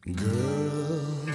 Girl,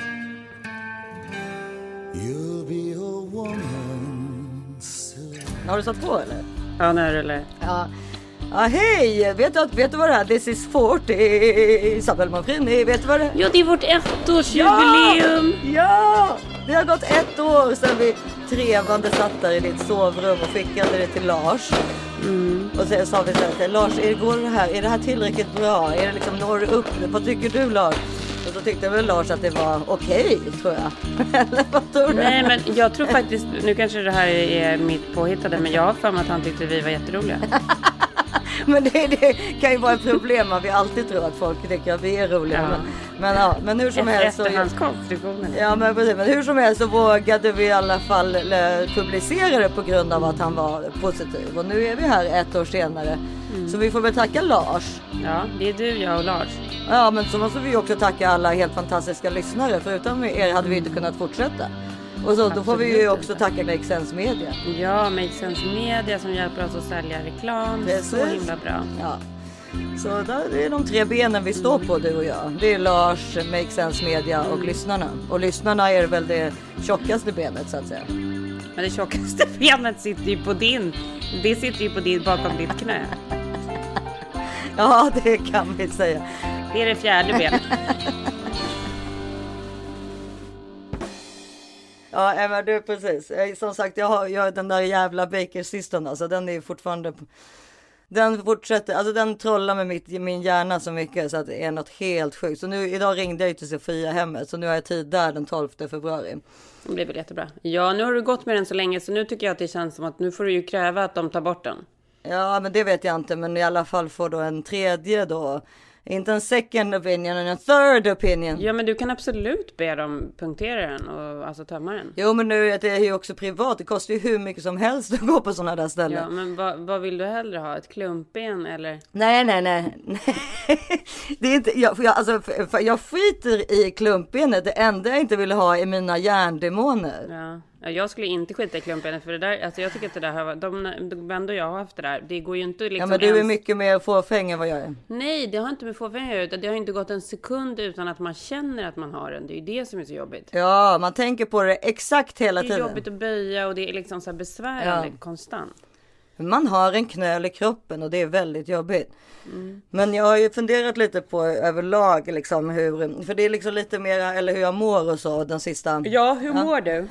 you'll be a woman soon. Har du satt på eller? Ja, när eller? Ja. Ja, hej! Vet du vad det är? This is 40. Isabel Manfrini, vet du vad det är? Ja, det är vårt ettårsjubileum. Ja! Det har gått 1 år sedan vi trevande satt där i ditt sovrum och skickade det till Lars. Och sen sa vi så här, Lars, är det här tillräckligt bra? Är det liksom, når du upp? Vad tycker du, Lars? Och så tyckte väl Lars att det var okej, tror jag. Eller vad tror du? Nej, men jag tror faktiskt, nu kanske det här är mitt påhittade, men jag har för mig att han tyckte vi var jätteroliga. Men det kan ju vara ett problem att vi alltid tror att folk tycker att vi är roliga. Ja. Men hur som helst så... Efterhandskonstruktioner. Ja, men precis. Men hur som helst så vågade vi i alla fall publicera det på grund av att han var positiv. Och nu är vi här 1 år senare. Så vi får väl tacka Lars. Ja, det är du, jag och Lars. Ja, men så måste vi också tacka alla helt fantastiska lyssnare. För utan er hade vi inte kunnat fortsätta. Och så då får vi ju också tacka Make Sense Media. Ja, Make Sense Media som hjälper oss att sälja reklam. Precis. Så himla bra. Ja. Så det är de 3 benen vi står på, du och jag. Det är Lars, Make Sense Media och lyssnarna. Och lyssnarna är väl det tjockaste benet, så att säga. Men det tjockaste benet sitter ju på din. Det sitter ju på din, bakom ditt knä. Ja, det kan vi säga. Det är det 4:e benet. Ja, men du, precis. Som sagt, jag har den där jävla bakersystern, alltså den är fortfarande... Den fortsätter, alltså den trollar med min hjärna så mycket så att det är något helt sjukt. Så nu, idag ringde jag ju till Sofia-hemmet, så nu har jag tid där den 12 februari. Det blir väl jättebra. Ja, nu har du gått med den så länge, så nu tycker jag att det känns som att nu får du ju kräva att de tar bort den. Ja, men det vet jag inte, men i alla fall får då en 3:e då. Inte en second opinion, en third opinion. Ja, men du kan absolut be dem punktera den och alltså tömma den. Jo, men nu det är ju också privat. Det kostar ju hur mycket som helst att gå på sådana där ställen. Ja, men vad vill du hellre ha? Ett klumpben eller? Nej. Det är inte, jag skiter i klumpbenet. Det enda jag inte vill ha är mina hjärndemoner. Ja, jag skulle inte skita i klumpbenet för det där. Alltså jag tycker att det där har de vänner jag har haft det där. Det går ju inte liksom. Ja, men du är mycket mer fåfäng än vad jag är. Nej, det har inte med fåfäng att göra. Det har inte gått en sekund utan att man känner att man har den. Det är ju det som är så jobbigt. Ja, man tänker på det exakt hela tiden. Det är jobbigt att böja och det är liksom så här besvärande konstant. Man har en knöl i kroppen och det är väldigt jobbigt. Men jag har ju funderat lite på överlag liksom hur, för det är liksom lite mer, eller hur jag mår och så den sista. Ja, hur mår du?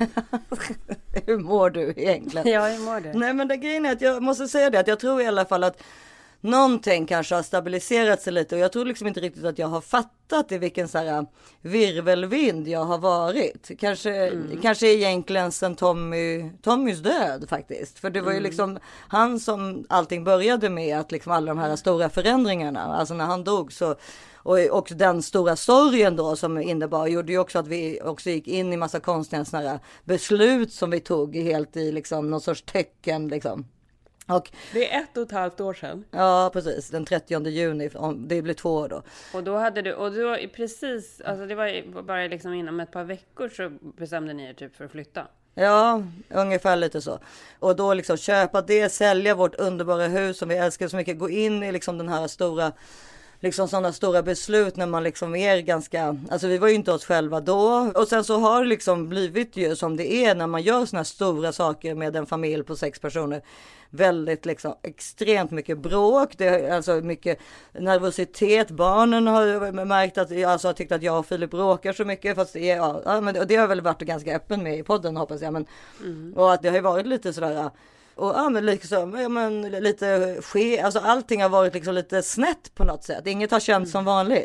Hur mår du egentligen? Ja, hur mår du? Nej, men det grejen är att jag måste säga det, att jag tror i alla fall att någonting kanske har stabiliserat sig lite, och jag tror liksom inte riktigt att jag har fattat i vilken så här virvelvind jag har varit. Kanske egentligen sen Tommys död faktiskt. För det var ju liksom han som allting började med, att liksom alla de här stora förändringarna, alltså när han dog så, och den stora sorgen då som innebar, gjorde ju också att vi också gick in i massa konstiga såna här beslut som vi tog helt i liksom någon sorts tecken liksom. Och, det är 1,5 år sedan. Ja, precis. Den 30 juni. Det blir 2 år då. Och då hade du, och då precis, alltså det var bara liksom inom ett par veckor så bestämde ni er typ för att flytta. Ja, ungefär lite så. Och då liksom köpa det, sälja vårt underbara hus som vi älskar så mycket. Gå in i liksom den här stora, liksom sådana stora beslut när man liksom är ganska, alltså vi var ju inte oss själva då. Och sen så har det liksom blivit ju som det är när man gör såna här stora saker med en familj på 6 personer. Väldigt liksom extremt mycket bråk, det är alltså mycket nervositet. Barnen har märkt att alltså har tyckt att jag och Filip bråkar så mycket, fast men det har väl varit ganska öppen med i podden, hoppas jag, men och att det har ju varit lite sådär. Och men liksom, lite alltså allting har varit liksom lite snett på något sätt. Inget har känts som vanligt.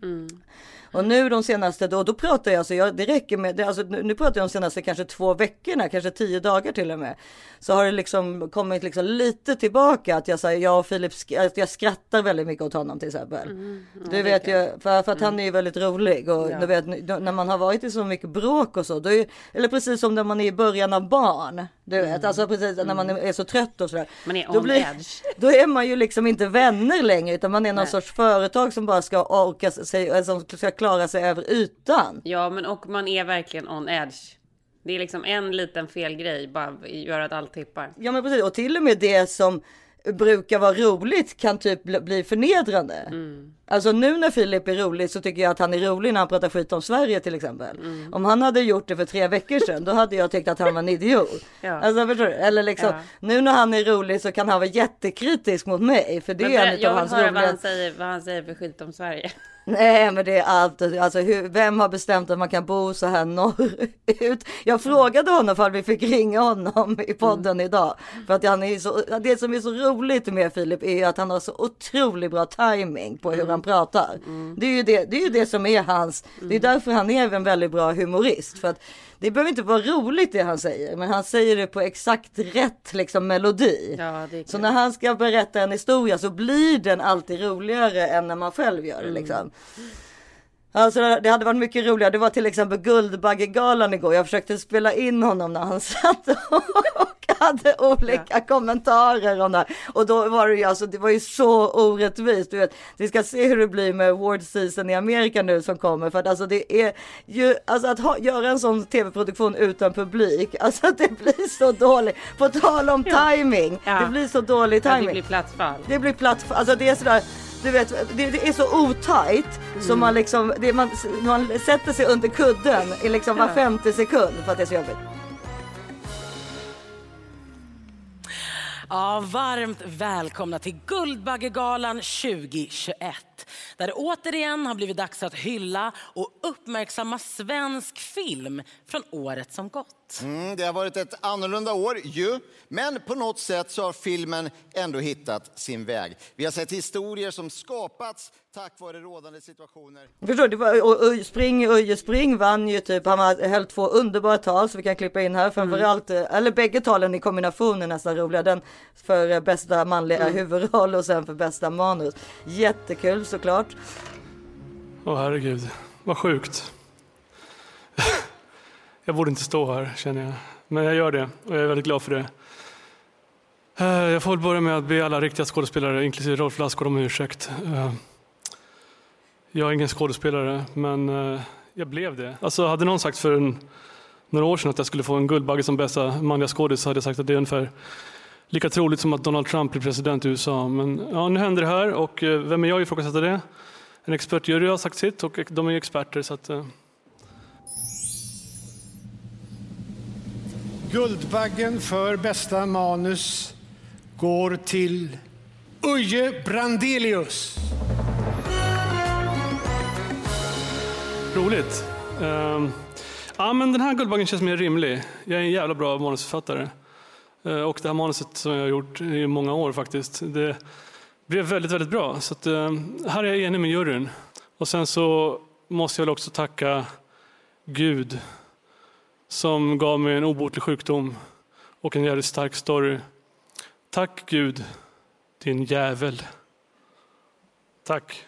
Och nu de senaste, då pratar jag, så det räcker med det, alltså nu pratar jag om de senaste kanske 2 veckorna, kanske 10 dagar till och med. Så har det liksom kommit liksom lite tillbaka att jag och Filip, att jag skrattar väldigt mycket åt honom till exempel. Du vet ju, för att han är ju väldigt rolig, och du vet, när man har varit i så mycket bråk och så, då är, eller precis som när man är i början av barn, du vet, alltså precis när man är så trött och sådär. Man är on edge. Då är man ju liksom inte vänner längre, utan man är någon sorts företag som bara ska orka sig, som ska klara sig över ytan. Ja, men och man är verkligen on edge. Det är liksom en liten fel grej bara gör att allt tippar. Ja, men precis, och till och med det som brukar vara roligt kan typ bli förnedrande. Alltså nu när Filip är rolig så tycker jag att han är rolig när han pratar skit om Sverige till exempel. Om han hade gjort det för 3 veckor sedan, då hade jag tyckt att han var en idiot. Alltså förstår du? Eller liksom, nu när han är rolig så kan han vara jättekritisk mot mig. För det är en av hans roliga... vad han säger för skit om Sverige. Nej, men det är allt. Alltså, vem har bestämt att man kan bo så här norrut? Jag frågade honom för att vi fick ringa honom i podden idag. För att han är så, det som är så roligt med Filip är att han har så otroligt bra timing på hur han pratar. Det är ju det som är hans. Det är därför han är en väldigt bra humorist. För att det behöver inte vara roligt det han säger, men han säger det på exakt rätt liksom melodi. Ja, så när han ska berätta en historia så blir den alltid roligare än när man själv gör det liksom. Alltså det hade varit mycket roligare. Det var till exempel Guldbaggegalan igår. Jag försökte spela in honom när han satt och hade olika kommentarer om det. Och då var det ju alltså, det var ju så orättvist. Du vet, vi ska se hur det blir med award season i Amerika nu som kommer. För att alltså det är ju, alltså att göra en sån tv-produktion utan publik. Alltså att det blir så dåligt. På tal om timing. Det blir så dålig timing. Det blir plattfall. Det blir plattfall. Alltså det är sådär. Du vet, det är så otajt så man liksom, man sätter sig under kudden i liksom var 50 sekund för att det är så jobbigt. Ja, varmt välkomna till Guldbaggegalan 2021. Där det återigen har blivit dags att hylla och uppmärksamma svensk film från året som gått. Det har varit ett annorlunda år ju, men på något sätt så har filmen ändå hittat sin väg. Vi har sett historier som skapats tack vare rådande situationer. Förstår du, Uje Spring vann ju typ, han höll 2 underbara tal så vi kan klippa in här framförallt, eller bägge talen i kombination är nästan roliga. Den för bästa manliga huvudroll och sen för bästa manus. Jättekul såklart. Herregud, vad sjukt. Jag borde inte stå här känner jag, men jag gör det och jag är väldigt glad för det. Jag får börja med att be alla riktiga skådespelare, inklusive Rolf Lassgård, om ursäkt. Jag är ingen skådespelare, men jag blev det. Alltså hade någon sagt för några år sedan att jag skulle få en Guldbagge som bästa manliga skådis så hade jag sagt att det är ungefär lika troligt som att Donald Trump blir president i USA. Men ja, nu händer det här och vem är jag ifrågasätta det? En expertjury har sagt sitt och de är experter så att... Guldbaggen för bästa manus går till Uje Brandelius. Roligt. Ja, men den här Guldbaggen känns mer rimlig. Jag är en jävla bra manusförfattare. Och det här manuset som jag har gjort i många år faktiskt, det blev väldigt, väldigt bra. Så att, här är jag enig med juryn. Och sen så måste jag väl också tacka Gud som gav mig en obotlig sjukdom och en jävligt stark story. Tack Gud, din jävel. Tack.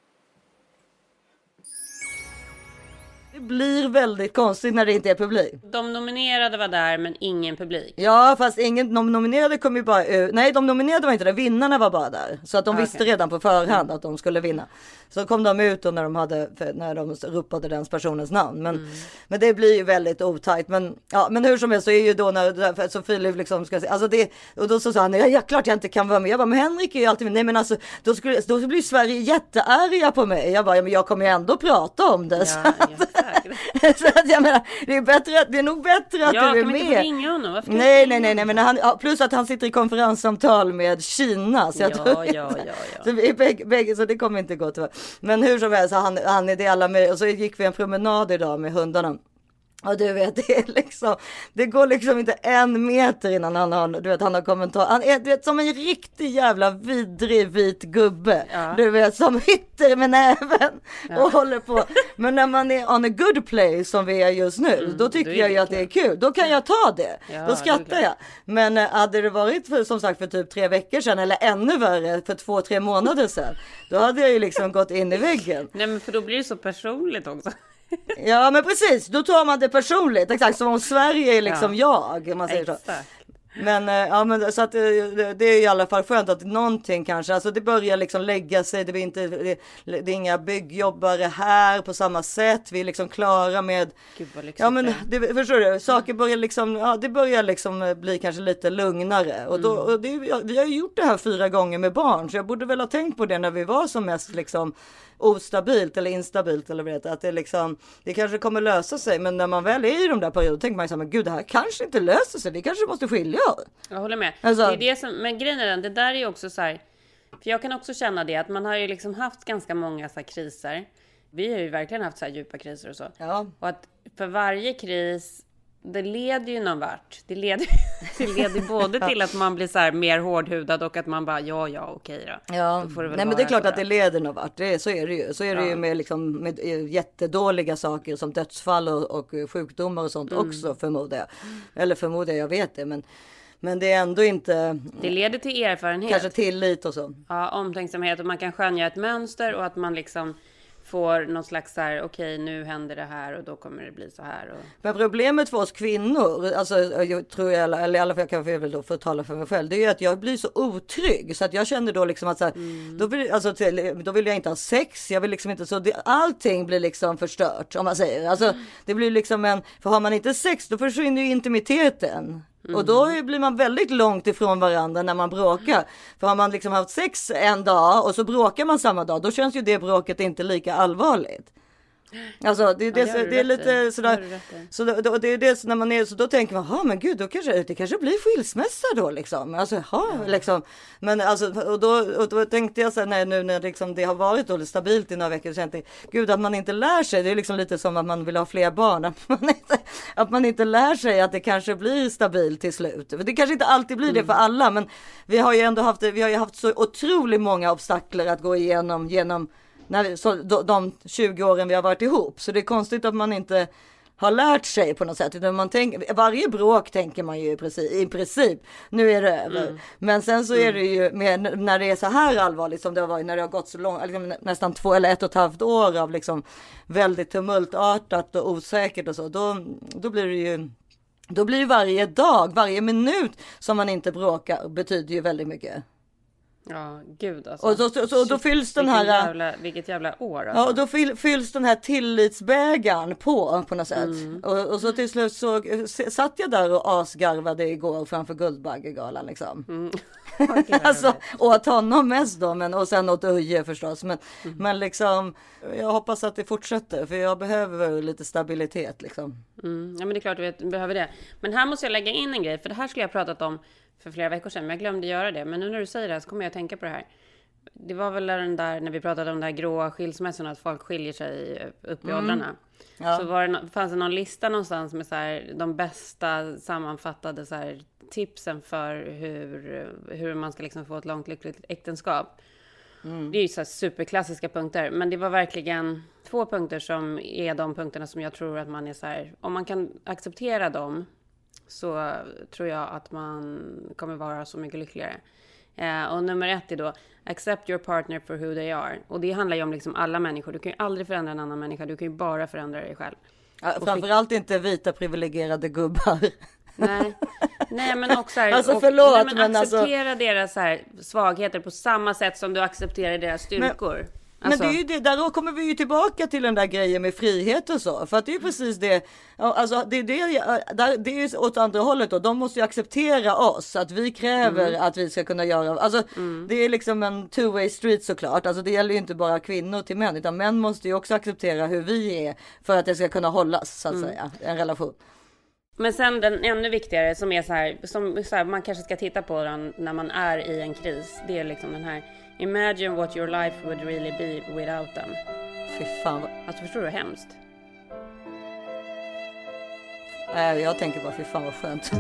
Det blir väldigt konstigt när det inte är publik. De nominerade var där men ingen publik. Ja, fast de nominerade kom ju bara ut. Nej, de nominerade var inte där. Vinnarna var bara där. Så att de visste redan på förhand att de skulle vinna. Så kom de ut och när de ropade den personens namn. Men det blir ju väldigt otajt. Men hur som helst så är ju då när så Filip liksom ska säga. Alltså det, och då så sa han, ja klart jag inte kan vara med. Jag bara, men Henrik är ju alltid med. Nej men alltså, då blir Sverige jättearga på mig. Jag bara, ja, men jag kommer ju ändå prata om det. Ja, så att jag menar, det är nog bättre att du är med. Jag kan inte ringa honom. Varför Nej, men plus att han sitter i konferenssamtal med Kina. Så jag tror så vi bägge, så det kommer inte gå tyvärr. Men hur som helst, han är det alla med. Och så gick vi en promenad idag med hundarna. Och du vet, det går liksom inte 1 meter innan han har kommentar. Han är, du vet, som en riktig jävla vidrig vit gubbe. Ja. Du vet, som hytter med näven och håller på. Men när man är on a good place som vi är just nu, då tycker jag ju att det är kul. Då kan jag ta det. Ja, då skrattar jag. Men hade det varit som sagt för typ 3 veckor sedan eller ännu värre för 2-3 månader sedan, då hade jag ju liksom gått in i väggen. Nej, men för då blir det så personligt också. Ja men precis, då tar man det personligt. Exakt som om Sverige är liksom jag, om man säger så. Men så att det är i alla fall skönt att någonting kanske, alltså det börjar liksom lägga sig, det är inga byggjobbare här på samma sätt, vi är liksom klara med, men förstår du, saker börjar liksom, det börjar liksom bli kanske lite lugnare och vi har ju gjort det här 4 gånger med barn, så jag borde väl ha tänkt på det när vi var som mest liksom ostabilt eller instabilt eller vet att det liksom, det kanske kommer lösa sig, men när man väl är i de där perioderna tänker man så här, men gud, det här kanske inte löser sig, vi kanske måste skilja oss. Jag håller med. Alltså, det är det som, men grejen är den, det där är ju också så här, för jag kan också känna det att man har ju liksom haft ganska många så här kriser. Vi har ju verkligen haft så här djupa kriser och så. Ja. Och att för varje kris, det leder ju någon vart. Det leder både till att man blir så här mer hårdhudad och att man bara okej då. Ja. Då får det väl nej, men det är klart att det leder någon vart. Så är det ju. Så är det ju med, liksom, med jättedåliga saker som dödsfall och sjukdomar och sånt också, förmodar jag. Eller förmodar jag vet det, men det är ändå inte... Det leder till erfarenhet. Kanske tillit och så. Ja, omtänksamhet, och man kan skönja ett mönster och att man liksom får någon slags så här, okej, nu händer det här och då kommer det bli så här. Och... Men problemet för oss kvinnor, alltså jag tror eller i alla fall jag kan väl tala för mig själv, det är ju att jag blir så otrygg så att jag känner då liksom att så här, då vill jag inte ha sex, jag vill liksom inte så, allting blir liksom förstört om man säger. Alltså det blir liksom för har man inte sex då försvinner ju intimiteten. Och då blir man väldigt långt ifrån varandra när man bråkar. För har man liksom haft sex en dag och så bråkar man samma dag, då känns ju det bråket inte lika allvarligt. Alltså det är lite sådär, så det är det när man är så, då tänker man, men gud, det kanske blir skilsmässa då liksom. Alltså liksom, men alltså och då tänkte jag så här, nu när liksom det har varit då stabilt i några veckor, så tänkte jag, gud, att man inte lär sig, det är liksom lite som att man vill ha fler barn, att man inte lär sig att det kanske blir stabilt till slut. För det kanske inte alltid blir det för alla, men vi har ju ändå haft så otroligt många obstakler att gå genom de 20 åren vi har varit ihop. Så det är konstigt att man inte har lärt sig på något sätt. Utan man tänker, varje bråk tänker man ju i princip, nu är det över. Men sen så är det ju när det är så här allvarligt som det har varit, när det har gått så långt, liksom, nästan 2 eller 1,5 år av liksom väldigt tumultartat och osäkert och så, då blir det ju, då blir varje dag, varje minut som man inte bråkar betyder ju väldigt mycket. Ja, gud alltså. Och då fylls den här... Vilket jävla år alltså. Ja, och då fylls den här tillitsbägaren på något sätt. Och så till slut så satt jag där och asgarvade igår framför Guldbaggegalan liksom. Alltså, åt honom mest då, och sen åt Uje förstås. Men liksom, jag hoppas att det fortsätter, för jag behöver lite stabilitet liksom. Ja, men det är klart du behöver det. Men här måste jag lägga in en grej, för det här skulle jag ha pratat om för flera veckor sedan, men jag glömde göra det. Men nu när du säger det här så kommer jag att tänka på det här. Det var väl den där, när vi pratade om den där gråa skilsmässorna, att folk skiljer sig upp i åldrarna. Ja. Så fanns det någon lista någonstans med så här, de bästa sammanfattade så här, tipsen för hur man ska liksom få ett långt lyckligt äktenskap. Det är ju så här superklassiska punkter, men det var verkligen 2 punkter som är de punkterna som jag tror att man är så här, om man kan acceptera dem, så tror jag att man kommer vara så mycket lyckligare. Och nummer 1 är då, accept your partner for who they are. Och det handlar ju om liksom alla människor. Du kan ju aldrig förändra en annan människa, du kan ju bara förändra dig själv. Ja, framförallt inte vita privilegierade gubbar. Nej, men också här, alltså förlåt, men acceptera deras så här, svagheter på samma sätt som du accepterar deras styrkor. Men det är ju det, där kommer vi ju tillbaka till den där grejen med frihet och så. För att det är ju precis det, alltså det är ju åt andra hållet då. De måste ju acceptera oss, att vi kräver att vi ska kunna göra, alltså det är liksom en two-way street såklart. Alltså det gäller ju inte bara kvinnor till män, utan män måste ju också acceptera hur vi är för att det ska kunna hållas, så att säga, en relation. Men sen den ännu viktigare som är så här, man kanske ska titta på den när man är i en kris, det är liksom den här: imagine what your life would really be without them. Fy fan. Alltså förstår du, hemskt? Jag tänker bara, fy fan vad skönt.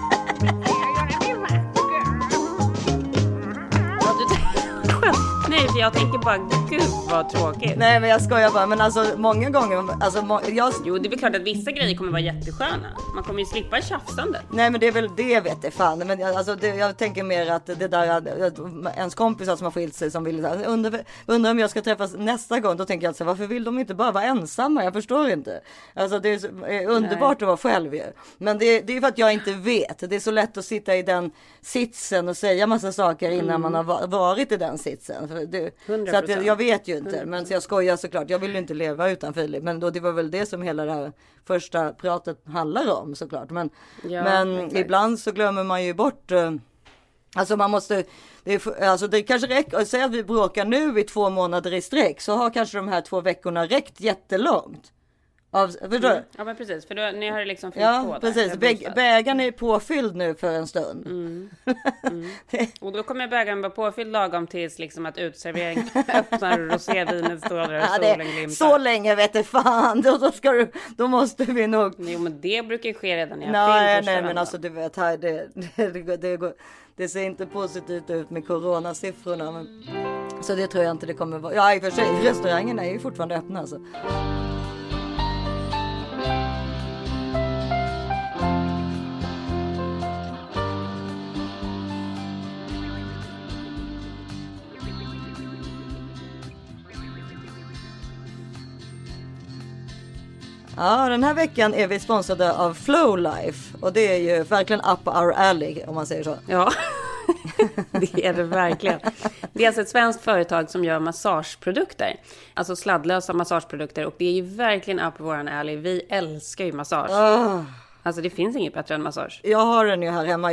Nej, för Alltså jag tänker bara, gud vad tråkigt. Nej men jag skojar bara, men alltså många gånger, alltså Jo, det är väl klart att vissa grejer kommer vara jättesköna. Man kommer ju slippa tjafsande. Nej men det är väl det, vet jag fan. Men alltså jag tänker mer att det där, ens kompisar som har skilt sig som vill, undrar om jag ska träffas nästa gång. Då tänker jag alltså, varför vill de inte bara vara ensamma? Jag förstår inte. Alltså det är underbart att vara själv ju. Men det är för att jag inte vet. Det är så lätt att sitta i den sitsen och säga massa saker innan man har varit i den sitsen. Så att jag vet ju inte. Men så jag skojar såklart. Jag vill ju inte leva utan Filip. Men då, det var väl det som hela det här första pratet handlar om såklart. Men ibland så glömmer man ju bort. Alltså man måste. Det kanske räcker. Säg att vi bråkar nu i 2 månader i sträck. Så har kanske de här 2 veckorna räckt jättelångt. Förstår du? Ja men precis, för då, ni har liksom fyllt på där. Precis. Bägaren är påfylld nu för en stund. Och då kommer bägaren vara påfylld lagom tills liksom att utservering öppnar och rosévinet står där och solen glimtar. Så länge vet du fan. Då måste vi nog. Jo men det brukar ju ske redan i april. Nej men alltså du vet här det ser inte positivt ut med coronasiffrorna. Men, så det tror jag inte det kommer vara. Ja i och för sig, restaurangerna är ju fortfarande öppna alltså. Ja, den här veckan är vi sponsrade av Flow Life. Och det är ju verkligen up our alley om man säger så. Ja, det är det verkligen. Det är alltså ett svenskt företag som gör massageprodukter. Alltså sladdlösa massageprodukter. Och det är ju verkligen up våran alley. Vi älskar ju massage. Alltså det finns inget bättre än massage. Jag har den ju här hemma.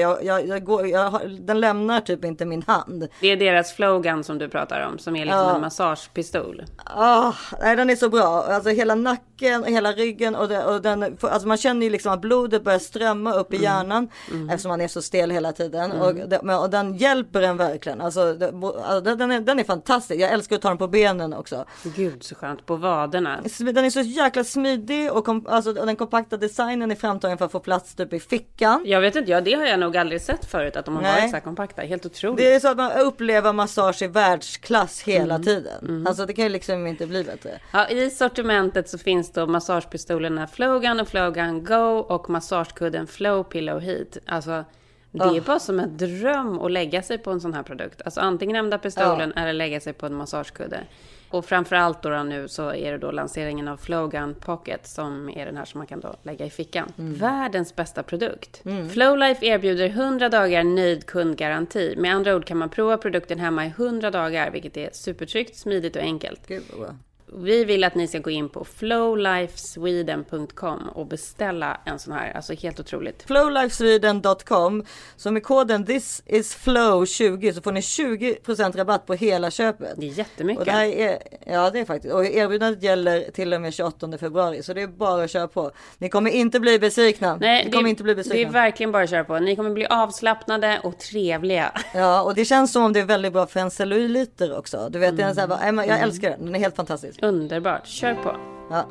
Den lämnar typ inte min hand. Det är deras Flogan som du pratar om. Som är liksom en massagepistol. Nej, den är så bra. Alltså hela nacken, hela ryggen. Och den, alltså man känner ju liksom att blodet börjar strömma upp i hjärnan. Eftersom man är så stel hela tiden. Och den hjälper en verkligen. Alltså den är fantastisk. Jag älskar att ta den på benen också. Gud så skönt. På vaderna. Den är så jäkla smidig. Och alltså, den kompakta designen är framtagen för att få plats typ i fickan. Jag vet inte, det har jag nog aldrig sett förut att de har varit så här kompakta. Helt otroligt. Det är så att man upplever massage i världsklass hela tiden. Alltså det kan ju liksom inte bli bättre. Ja, i sortimentet så finns då massagepistolerna Flogan och Flogan Go och massagekudden Flow Pillow Heat. Alltså det är bara som en dröm att lägga sig på en sån här produkt. Alltså antingen använda pistolen eller lägga sig på en massagekudde. Och framförallt då nu så är det då lanseringen av Flogan Pocket som är den här som man kan då lägga i fickan. Världens bästa produkt. Flowlife erbjuder 100 dagar nöjd kundgaranti. Med andra ord kan man prova produkten hemma i 100 dagar vilket är supertryggt, smidigt och enkelt. Gud vad bra. Vi vill att ni ska gå in på flowlifesweden.com och beställa en sån här, alltså helt otroligt. Flowlifesweden.com, så med koden thisisflow20 så får ni 20% rabatt på hela köpet. Det är jättemycket. Och det här det är faktiskt. Och erbjudandet gäller till och med 28 februari, så det är bara att köra på. Ni kommer inte bli besvikna. Nej, det är verkligen bara att köra på. Ni kommer bli avslappnade och trevliga. Ja, och det känns som om det är väldigt bra för en celluliter också. Du vet, jag älskar den. Den är helt fantastisk. Underbart, kör på. Ja.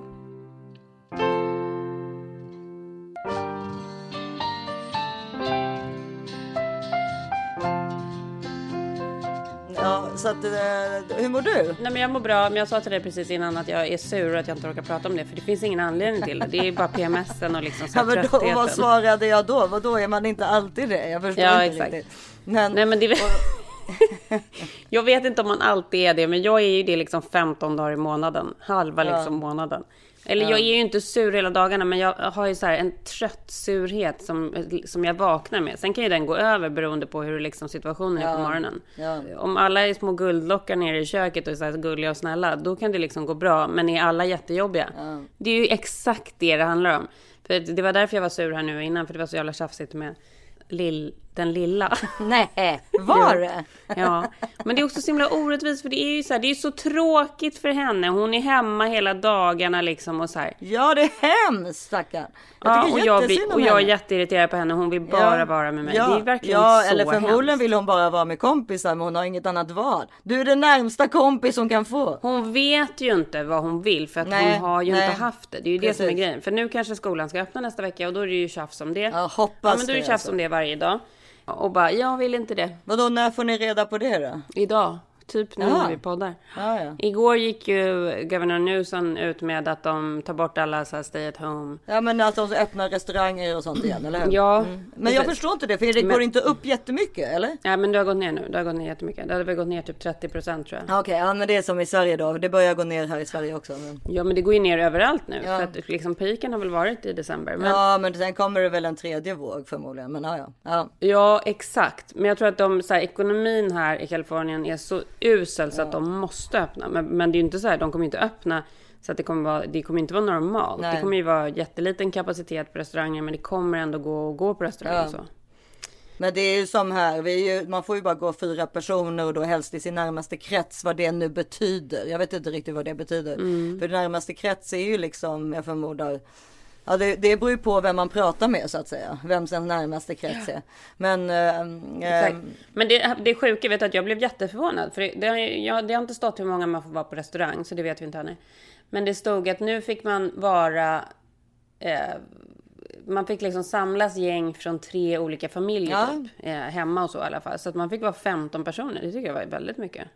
Ja, så att, hur mår du? Nej men jag mår bra, men jag sa till dig precis innan att jag är sur och att jag inte orkar prata om det. För det finns ingen anledning till det. Det är bara PMSen och liksom så tröttheten. Och vad svarade jag då? Vadå, är man inte alltid det? Jag förstår inte exakt. Riktigt. Nej men det jag vet inte om man alltid är det, men jag är ju det liksom 15 dagar i månaden. Halva liksom månaden. Eller jag är ju inte sur hela dagarna, men jag har ju så här en trött surhet som jag vaknar med. Sen kan ju den gå över beroende på hur liksom situationen är på morgonen. Ja. Om alla är små guldlockar nere i köket och är så här gulliga och snälla, då kan det liksom gå bra. Men är alla jättejobbiga? Ja. Det är ju exakt det handlar om. För det var därför jag var sur här nu innan, för det var så jävla tjafsigt med den lilla. Nej, var det? Ja, men det är också så himla orättvist, för det är ju så här, det är så tråkigt för henne. Hon är hemma hela dagarna liksom och så här. Ja, det är hemskt, stackarn. Jag är jätteirriterad på henne. Hon vill bara vara med mig. Det är verkligen så eller förmodligen hemskt. Vill hon bara vara med kompisar, men hon har inget annat val. Du är den närmsta kompis hon kan få. Hon vet ju inte vad hon vill, för att hon har ju inte haft det. Det är ju det som är grejen. För nu kanske skolan ska öppna nästa vecka och då är det ju tjafs om det. Ja, hoppas men då är det tjafs om det varje dag. Och bara, jag vill inte det. Vadå, när får ni reda på det då? Idag. typ nu när vi poddar. Ja. Igår gick ju Governor Newsom ut med att de tar bort alla så här stay at home. Ja, men att de öppnar restauranger och sånt igen, eller hur? Ja. Men jag förstår inte det, för det går inte upp jättemycket, eller? Ja, men det har gått ner nu. Det har gått ner jättemycket. Det har väl gått ner typ 30%, tror jag. Okej, ja, men det är som i Sverige då. Det börjar gå ner här i Sverige också. Men... Ja, men det går ju ner överallt nu. Ja. För att liksom piken har väl varit i december. Men... Ja, men sen kommer det väl en tredje våg förmodligen. Men Ja, exakt. Men jag tror att ekonomin här i Kalifornien är så usel så att de måste öppna. Men det är ju inte så här, de kommer inte öppna så att det kommer inte vara normalt. Nej. Det kommer ju vara jätteliten kapacitet på restauranger, men det kommer ändå gå på restauranger. Så. Men det är ju som här, man får ju bara gå 4 personer och då helst i sin närmaste krets, vad det nu betyder. Jag vet inte riktigt vad det betyder. För den närmaste krets är ju liksom, jag förmodar, ja, det beror ju på vem man pratar med så att säga. Vem sin närmaste krets är. Men, men det sjuka, vet att jag blev jätteförvånad. För det har inte stått hur många man får vara på restaurang, så det vet vi inte ännu. Men det stod att nu fick man vara... man fick liksom samlas gäng från 3 olika familjer typ, hemma och så i alla fall. Så att man fick vara 15 personer. Det tycker jag var väldigt mycket.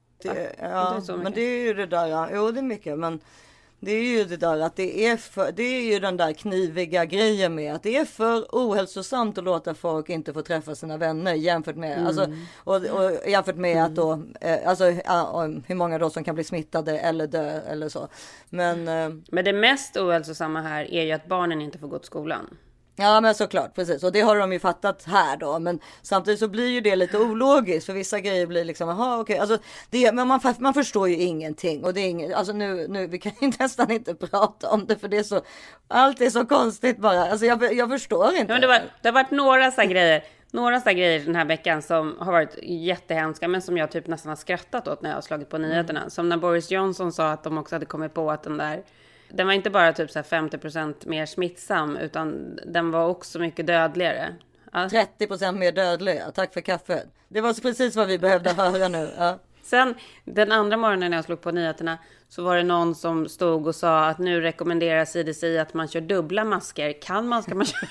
Men det är ju det där, jo det är mycket, men det är ju det där att det är ju den där kniviga grejen med att det är för ohälsosamt att låta folk inte få träffa sina vänner jämfört med, alltså, och jämfört med att då, alltså hur många då som kan bli smittade eller dö eller så. Men det mest ohälsosamma här är ju att barnen inte får gå till skolan. Ja, men såklart, precis. Och det har de ju fattat här då. Men samtidigt så blir ju det lite ologiskt. För vissa grejer blir liksom, jaha okej. Alltså, men man förstår ju ingenting. Och det är inget, alltså nu vi kan ju nästan inte prata om det. För det är så, allt är så konstigt bara. Alltså jag förstår inte. Ja, men det har varit några så här grejer den här veckan som har varit jättehemska, men som jag typ nästan har skrattat åt när jag har slagit på nyheterna. Som när Boris Johnson sa att de också hade kommit på att den var inte bara typ så här 50% mer smittsam, utan den var också mycket dödligare. Ja. 30% mer dödliga. Tack för kaffet. Det var precis vad vi behövde höra nu. Ja. Sen den andra morgonen när jag slog på nyheterna så var det någon som stod och sa att nu rekommenderar CDC att man kör dubbla masker. Ska man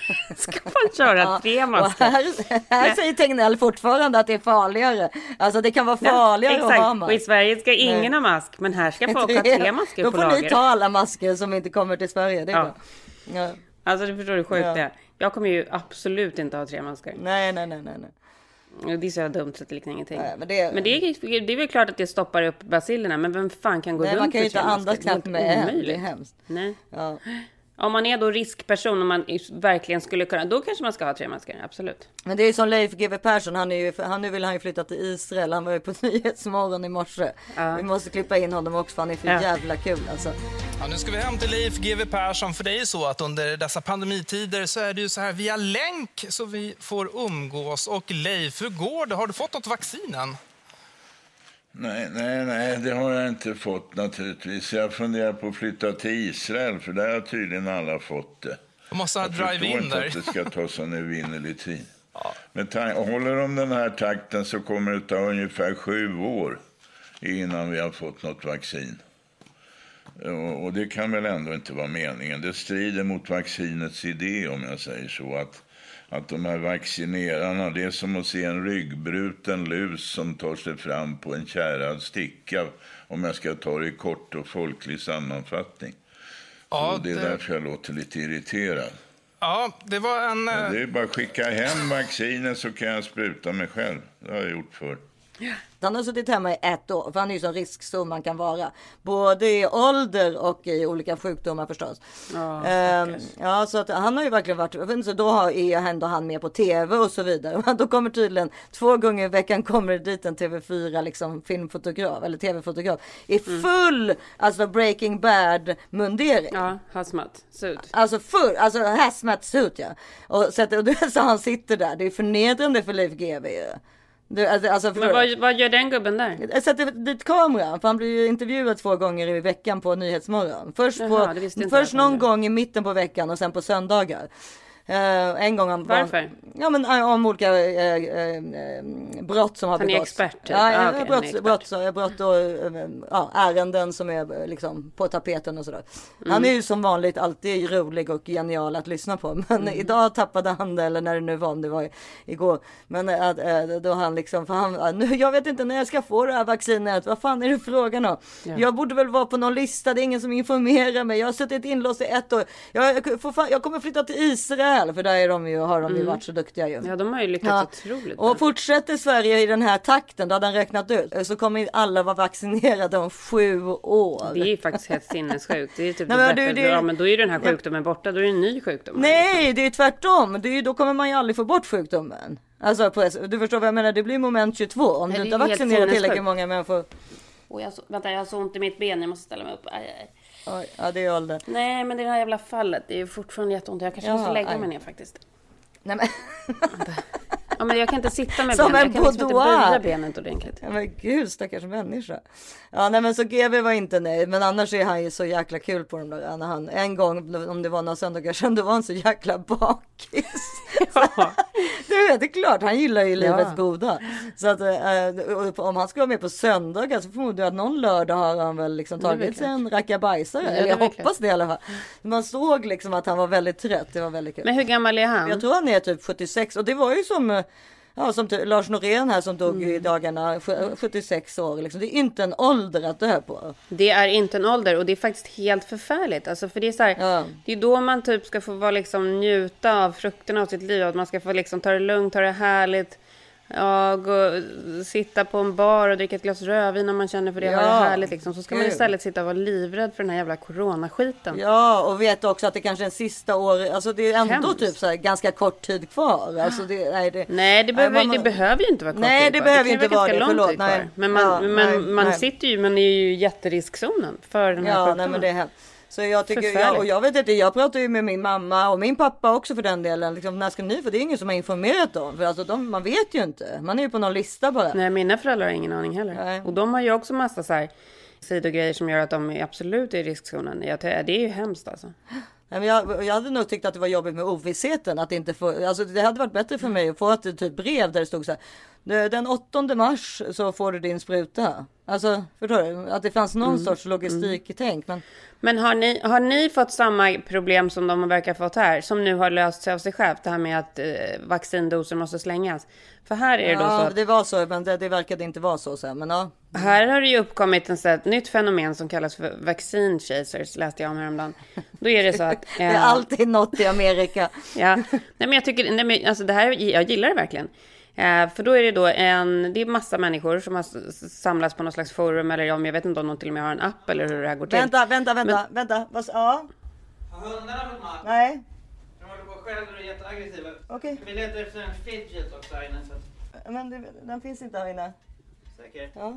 köra 3 masker? Här säger Tegnell fortfarande att det är farligare. Alltså det kan vara farligare att ha mask. Och i Sverige ska ingen ha mask, men här ska folk ha 3 masker på lager. Då får ni ta alla masker som inte kommer till Sverige. Det är bra. Ja. Alltså du förstår hur sjukt det är. Jag kommer ju absolut inte ha 3 masker. Nej. Det är så dumt så att det liknar ingenting. Nej, men det är väl klart att det stoppar upp bacillerna. Men vem fan kan gå runt? Man kan ju inte andas knappt med en. Det är hemskt. Nej. Ja. Om man är då riskperson, om man verkligen skulle kunna, då kanske man ska ha 3 masker, absolut. Men det är ju som Leif GW Persson, nu vill han ju flytta till Israel. Han var ju på Nyhetsmorgon i morse. Vi måste klippa in honom också, för han är för jävla kul alltså. Ja, nu ska vi hem till Leif GW Persson, för det är ju så att under dessa pandemitider så är det ju så här via länk så vi får umgås. Och Leif, hur går det? Har du fått något vaccin än? Nej, det har jag inte fått naturligtvis. Jag funderar på att flytta till Israel, för där har tydligen alla fått det. Du måste ha drive-in där. Jag förstår inte att det ska ta sån evinnerlig tid. Ja. Men håller de den här takten så kommer det ta ungefär 7 år innan vi har fått något vaccin. Och det kan väl ändå inte vara meningen. Det strider mot vaccinets idé, om jag säger så, att de här vaccinerarna, det är som att se en ryggbruten lus som tar sig fram på en kärrad sticka, om jag ska ta det i kort och folklig sammanfattning. Ja, det är därför jag låter lite irriterad. Ja, det var en... Det är bara att skicka hem vaccinen så kan jag spruta mig själv. Det har jag gjort förr. Han har suttit hemma i 1 år, för han är ju så riskzon man kan vara. Både i ålder och i olika sjukdomar förstås. Ja, så att han har ju verkligen varit, så då är ändå han med på tv och så vidare. Då kommer tydligen 2 gånger i veckan kommer det dit en TV4 liksom filmfotograf eller tv-fotograf i full alltså Breaking Bad mundering. Ja, hazmat suit. Alltså hazmat suit, ja. Och så han sitter där. Det är förnedrande för Leif GW. Men vad gör den gubben där? Jag sätter dit kameran, för han blir ju intervjuad 2 gånger i veckan på Nyhetsmorgon. Först någon gång i mitten på veckan och sen på söndagar. En gång Varför? Ja, men om olika brott som har begåtts. Han är expert. Ja, brott och ärenden som är liksom på tapeten och sådär. Han är ju som vanligt alltid rolig och genial att lyssna på. Men idag tappade han det, eller när det nu var, om det var igår. Men då han liksom, för han, jag vet inte när jag ska få det här vaccinet. Vad fan är det frågan om? Ja. Jag borde väl vara på någon lista, det är ingen som informerar mig. Jag har suttit inlåst i 1 år. Jag kommer flytta till Israel, för där är har de ju varit så duktiga ju. Ja, de har ju lyckats otroligt. Och fortsätter Sverige i den här takten, då hade han räknat ut, så kommer alla vara vaccinerade om 7 år. Det är ju faktiskt helt sinnessjukt. Det är typ men då är den här sjukdomen borta, då är det en ny sjukdom. Nej, det är tvärtom. Då kommer man ju aldrig få bort sjukdomen. Alltså, du förstår vad jag menar, det blir moment 22 om du inte har vaccinerat tillräckligt många människor. Vänta, jag har så ont i mitt ben, jag måste ställa mig upp. Oj, ja, det är ålder. Nej, men det här jävla fallet, det är ju fortfarande jätteont. Jag kanske måste lägga mig ner faktiskt. Nej, men... Ja, men jag kan inte sitta med som benen. Jag kan liksom inte böja benet ordentligt. Ja, men gud, stackars människa. Ja, nej, men så GV var inte nöjd. Men annars är han ju så jäkla kul på de där. När han, en gång, om det var några söndagar sedan, då var han så jäkla bakis. Ja. Det är klart, han gillar ju livets goda. Så att om han ska vara med på söndagar, så förmodar jag att någon lördag har han väl liksom tagit sig en rackabajsare. Eller jag hoppas det i alla fall. Man såg liksom att han var väldigt trött. Det var väldigt kul. Men hur gammal är han? Jag tror han är typ 76. Och det var ju som Lars Norén här som dog i dagarna, 76 år. Liksom. Det är inte en ålder att dö på. Det är inte en ålder, och det är faktiskt helt förfärligt. Alltså, för det är så här, det är då man typ ska få vara, liksom, njuta av frukterna av sitt liv. Att man ska få liksom, ta det lugnt, ta det härligt. Ja, sitta på en bar och dricka ett glas rödvin när man känner för det. Har det härligt liksom. Så ska man istället sitta och vara livrädd för den här jävla coronaskiten. Ja, och vet också att det kanske är en sista år. Alltså det är ändå typ så här ganska kort tid kvar. Alltså det behöver ju inte vara kort tid. Nej, det behöver ju inte vara det. Förlåt, nej. Men man sitter ju, man är ju i jätteriskzonen för den här sjukdomen. Nej, men det är hemskt. Så jag tycker, jag vet inte, jag pratar ju med min mamma och min pappa också för den delen. Liksom, när ska ni? För det är ingen som har informerat dem. För alltså, man vet ju inte. Man är ju på någon lista bara. Nej, mina föräldrar har ingen aning heller. Nej. Och de har ju också massa så här sidogrejer som gör att de är absolut i riskzonen. Det är ju hemskt alltså. Men jag hade nog tyckt att det var jobbigt med ovissheten. Att inte få, alltså det hade varit bättre för mig att få ett typ brev där det stod så här: den 8 mars så får du din spruta. Alltså, förstår du? Att det fanns någon sorts logistiktänk. Men har ni fått samma problem som de verkar ha fått här? Som nu har löst sig av sig själv. Det här med att vaccindoser måste slängas. För här är det då så att... det var så, men det verkade inte vara så. Men ja. Här har det ju uppkommit ett nytt fenomen som kallas för vaccine chasers, läste jag om häromdagen. Då är det så att... det är alltid något i Amerika. Ja, nej, men jag tycker... alltså det här, jag gillar det verkligen. För då är det det är massa människor som har samlats på någon slags forum, eller om jag vet inte om någon till och med har en app eller hur det här går till. Vänta. Ja. Har hundarna fått mat? Nej. De håller på själv och är jätteaggressiva. Okej. Vi letar efter en fidget också här inne. Så. Men den finns inte här inne. Säker? Ja.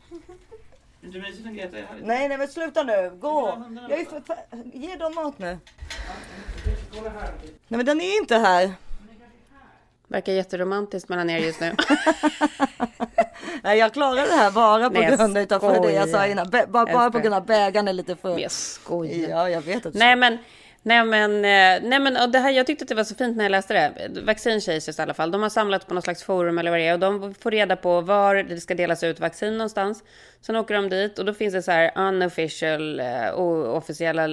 Inte mysigt att Greta är här. Nej, men sluta nu. Gå. Ge dem mat nu. Nej, men den är inte här. Verkar jätteromantiskt mellan er just nu. Nej, jag klarar det här bara på grund av det jag sa innan. Bara på grund av bägaren är lite full. Jag skojar. Ja, jag vet att Nej, men och det här, jag tyckte att det var så fint när jag läste det. Vaccine chasers i alla fall. De har samlats på någon slags forum eller vad det är. Och de får reda på var det ska delas ut vaccin någonstans. Sen åker de dit och då finns det så här unofficial och officiella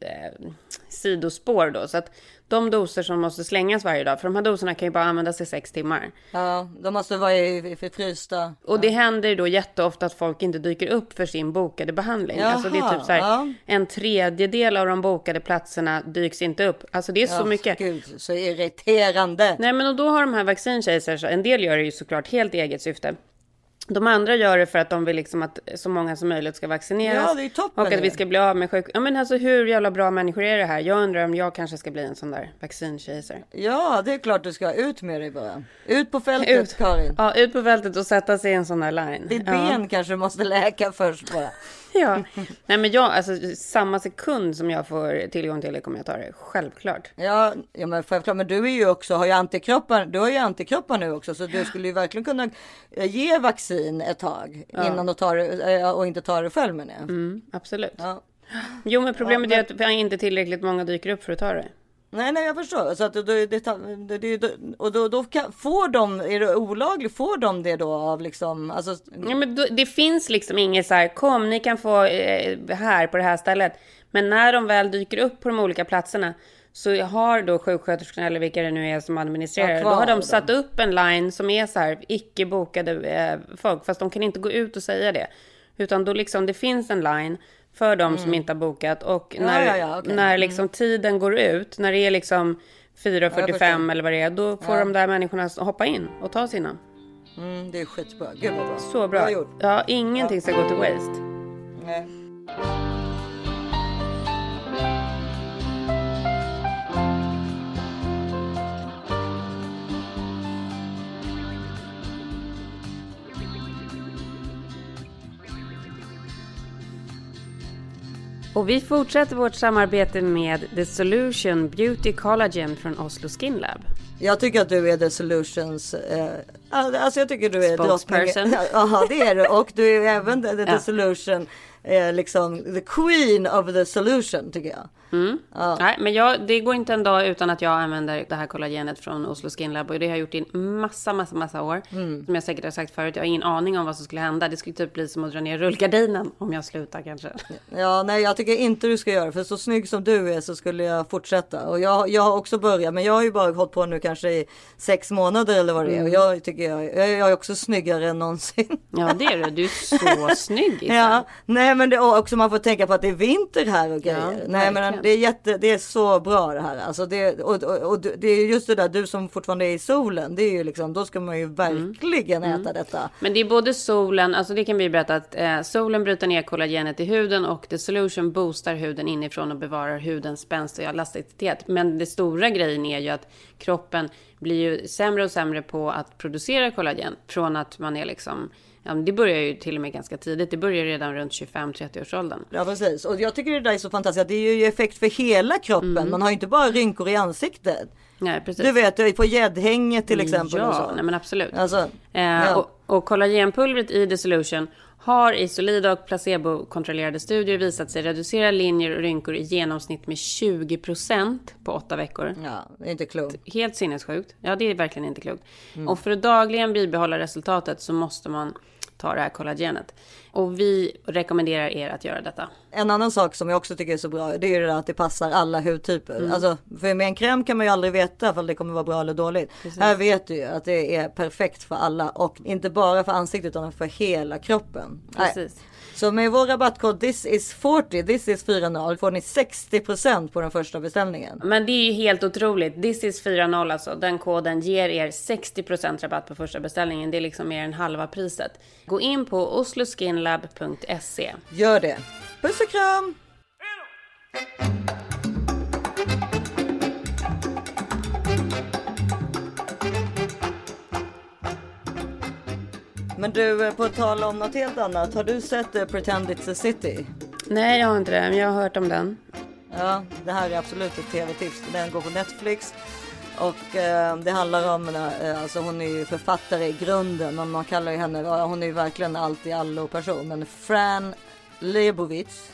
sidospår då. Så att de doser som måste slängas varje dag. För de här doserna kan ju bara användas i 6 timmar. Ja, de måste vara i frysta. Och det händer då jätteofta att folk inte dyker upp för sin bokade behandling. Jaha, alltså det är typ så här, en tredjedel av de bokade platserna dyks inte upp. Alltså det är så mycket. Gud, så irriterande. Nej, men och då har de här vaccine chasers, en del gör det ju såklart helt eget syfte. De andra gör det för att de vill liksom att så många som möjligt ska vaccineras. Ja, det är toppen. Och att vi ska bli av med sjuk... Ja, men alltså hur jävla bra människor är det här? Jag undrar om jag kanske ska bli en sån där vaccine chaser. Ja, det är klart du ska ut med dig bara. Ut på fältet, Karin. Ja, ut på fältet och sätta sig i en sån där line. Ditt ben kanske måste läka först bara. Ja, nej men samma sekund som jag får tillgång till det kommer jag ta det, självklart. Ja men självklart, men du är ju också, har ju antikroppar nu också, så du skulle ju verkligen kunna ge vaccin ett tag innan du tar det, och inte ta det själv med det. Absolut. Ja. Jo, men problemet är att inte tillräckligt många dyker upp för att ta det. Nej, jag förstår. Så att då får de, är det olagligt, får de det då av liksom, alltså... Ja, men det finns liksom inget så här, kom, ni kan få här på det här stället. Men när de väl dyker upp på de olika platserna så har då sjuksköterskorna eller vilka det nu är som administrerar, då har de satt upp en line som är så här, icke bokade folk, fast de kan inte gå ut och säga det. Utan då liksom, det finns en line för de som inte har bokat, och när liksom tiden går ut, när det är liksom 4:45 eller vad det är, då får de där människorna hoppa in och ta sina. Det är skitbra. Gud vad bra. Så bra. Ja, ingenting ska gå till waste. Nej. Och vi fortsätter vårt samarbete med The Solution Beauty Collagen från Oslo Skin Lab. Jag tycker att du är The Solutions, alltså jag tycker du är spokesperson. Ja, det är du. Och du är även The Solution, liksom the queen of the solution, tycker jag. Ja. Nej, men det går inte en dag utan att jag använder det här kollagenet från Oslo Skin Lab, och det har jag gjort i en massa år. Som jag säkert har sagt förut, jag har ingen aning om vad som skulle hända. Det skulle typ bli som att dra ner rullgardinen om jag slutar kanske. Ja, nej, jag tycker inte du ska göra, för så snygg som du är så skulle jag fortsätta. Och jag har också börjat, men jag har ju bara hållit på nu kanske i 6 månader eller vad det är. Och jag tycker jag är också snyggare än någonsin. Ja, det är du är så snygg. Ja, nej, men det är också, man får tänka på att det är vinter här och grejer. Ja, nej, men det är så bra det här. Alltså det är just det där, du som fortfarande är i solen, det är ju liksom, då ska man ju verkligen äta detta. Men det är både solen, alltså det kan vi berätta att solen bryter ner kollagenet i huden, och The Solution boostar huden inifrån och bevarar hudens spänst och elasticitet. Men det stora grejen är ju att kroppen blir ju sämre och sämre på att producera kollagen, från att man är liksom... Ja, det börjar ju till och med ganska tidigt. Det börjar redan runt 25-30 års åldern. Ja, precis. Och jag tycker det där är så fantastiskt. Det är ju effekt för hela kroppen. Man har ju inte bara rynkor i ansiktet. Nej, precis. Du vet, på gäddhänget till exempel. Ja, och så. Nej, men absolut. Alltså, och kollagenpulvret i The Solution har i solida och placebo-kontrollerade studier visat sig reducera linjer och rynkor i genomsnitt med 20% på 8 veckor. Ja, det är inte klokt. Helt sinnessjukt. Ja, det är verkligen inte klokt. Och för att dagligen bibehålla resultatet så måste man ta det här kollagenet. Och vi rekommenderar er att göra detta. En annan sak som jag också tycker är så bra, det är ju det att det passar alla hudtyper. Alltså, för med en kräm kan man ju aldrig veta om det kommer vara bra eller dåligt. Precis. Här vet du ju att det är perfekt för alla, och inte bara för ansiktet utan för hela kroppen. Precis. Nej. Så med vår rabattkod This is 40 får ni 60% på den första beställningen. Men det är ju helt otroligt. This is 40 alltså. Den koden ger er 60% rabatt på första beställningen. Det är liksom mer än halva priset. Gå in på osloskinlab.se. Gör det. Puss och kram! Men du, på att tala om något helt annat, har du sett Pretend It's a City? Nej, jag har inte det, men jag har hört om den. Ja, det här är absolut ett tv-tips. Den går på Netflix. Och det handlar om, alltså hon är ju författare i grunden, men man kallar ju henne, hon är ju verkligen allt i allo person. Men Fran Lebowitz.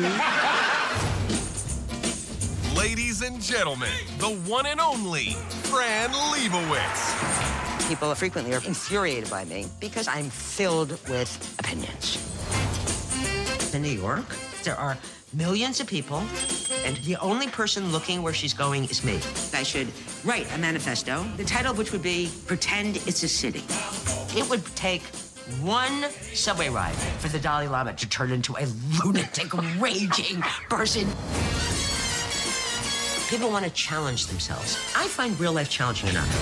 Ladies and gentlemen, the one and only Fran Lebowitz. People frequently are infuriated by me because I'm filled with opinions. In New York, there are millions of people, and the only person looking where she's going is me. I should write a manifesto, the title of which would be Pretend It's a City. It would take one subway ride for the Dalai Lama to turn into a lunatic, raging person. People want to challenge themselves. I find real life challenging enough.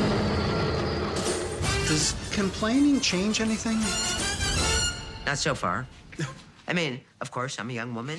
Does complaining change anything? Not so far. I mean, of course, I'm a young woman.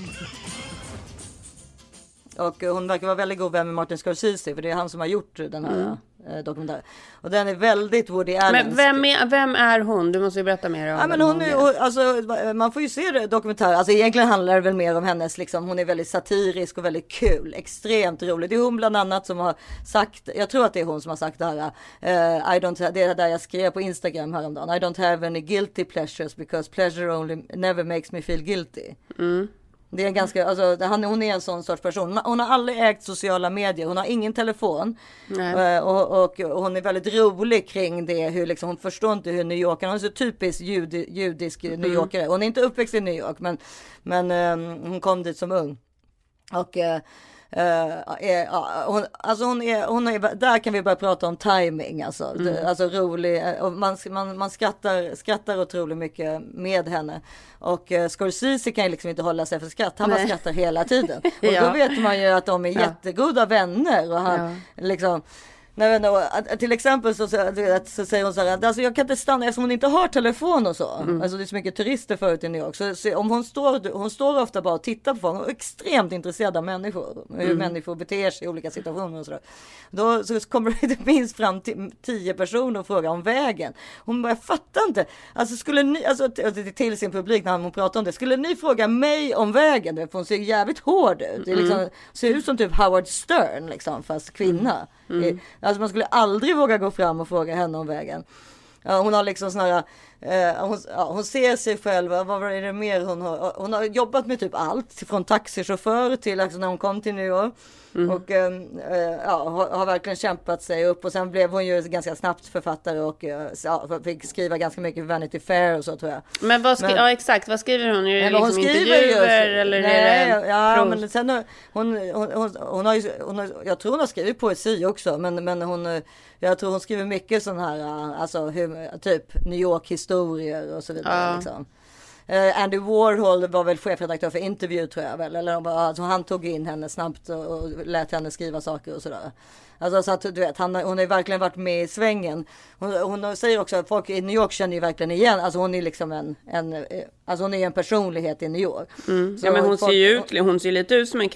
Och hon verkar vara väldigt god vän med Martin Scorsese, för det är han som har gjort den här dokumentären. Och den är väldigt Woody Allen. Men vem är hon? Du måste ju berätta mer om. Ja, men hon är, alltså, man får ju se det dokumentären. Alltså egentligen handlar det väl mer om hennes, liksom, hon är väldigt satirisk och väldigt kul, extremt rolig. Det är hon bland annat som har sagt, jag tror att det är hon som har sagt det här. Det är där jag skrev på Instagram häromdagen. I don't have any guilty pleasures because pleasure only never makes me feel guilty. Det är ganska, alltså, hon är en sån sorts person. Hon har aldrig ägt sociala medier. Hon har ingen telefon. Och hon är väldigt rolig kring det. Hur liksom, hon förstår inte hur New York. Hon är så typisk judisk New Yorkare. Hon är inte uppväxt i New York. Men hon kom dit som ung. Och hon är, där kan vi börja prata om timing, alltså rolig, och man skrattar otroligt mycket med henne, och Scorsese kan ju liksom inte hålla sig för skratt, han bara skrattar hela tiden och då vet man ju att de är jättegoda vänner, och han liksom. Nej, till exempel så säger hon så här, alltså jag kan inte stanna eftersom hon inte har telefon och så. Alltså det är så mycket turister förut i New York. Så om hon står ofta bara och tittar på folk. Hon är extremt intresserad av människor. Hur människor beter sig i olika situationer och sådär. Då så kommer det minst fram 10 personer och frågar om vägen. Hon bara, jag fattar inte. Alltså skulle ni, till sin publik när hon pratar om det. Skulle ni fråga mig om vägen? För hon ser jävligt hård ut. Det är liksom, ser ut som typ Howard Stern liksom, fast kvinna. Alltså man skulle aldrig våga gå fram och fråga henne om vägen. Hon har liksom såna här, hon ser sig själv, vad är det mer hon har jobbat med typ allt från taxichaufför till alltså när hon kom till New York. Och har verkligen kämpat sig upp, och sen blev hon ju ganska snabbt författare och fick skriva ganska mycket för Vanity Fair och så, tror jag. Men exakt, vad skriver hon? Är det liksom intervjuer eller är det men sen hon har ju, jag tror hon har skrivit poesi också, men jag tror hon skriver mycket sån här, alltså typ New York historier och så vidare liksom. Andy Warhol var väl chefredaktör för Interview, tror jag väl, eller alltså, han tog in henne snabbt och lät henne skriva saker och sådär. Alltså så att du vet, hon har ju verkligen varit med i svängen. Hon säger också att folk i New York känner ju verkligen igen, alltså hon är liksom alltså hon är en personlighet i New York. Så men hon ser lite ut som en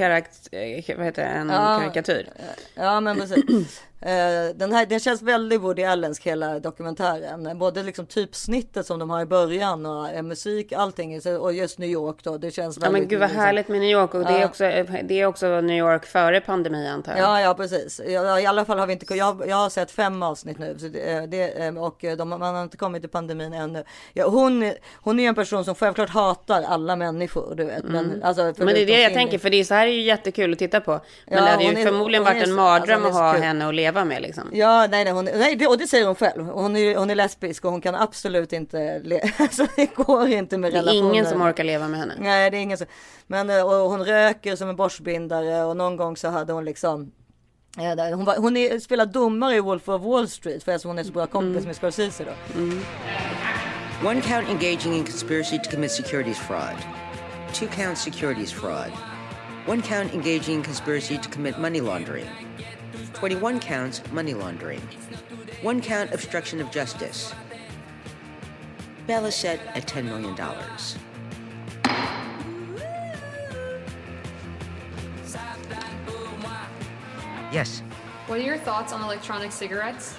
karikatyr. Ja, men precis. Den känns väldigt Woody Allensk, hela dokumentären. Både liksom typsnittet som de har i början och musik, allting, och just New York då, det känns väldigt. Ja, men gud vad härligt med New York, och det är också New York före pandemi, antar jag. Ja, precis. I alla fall har vi inte, jag har sett 5 avsnitt nu, så man har inte kommit till pandemin ännu. Ja, hon är en person som självklart hatar alla människor, du vet. Men det är det jag tänker, för det är så här är ju jättekul att titta på. Men det hade ju förmodligen varit en mardröm att ha henne och leva med liksom. Ja, och det säger hon själv. Hon är lesbisk och hon kan absolut inte alltså det går inte med relationer. Det är ingen som orkar leva med henne. Nej, det är ingen som. Men och hon röker som en borstbindare, och någon gång så hade hon liksom hon spelar domare i Wolf of Wall Street, för hon är så bra kompis med Scorsese då. One count engaging in conspiracy to commit securities fraud. 2 counts securities fraud. 1 count engaging in conspiracy to commit money laundering. 21 counts money laundering. 1 count obstruction of justice. Bail is set at $10 million. Yes. What are your thoughts on electronic cigarettes?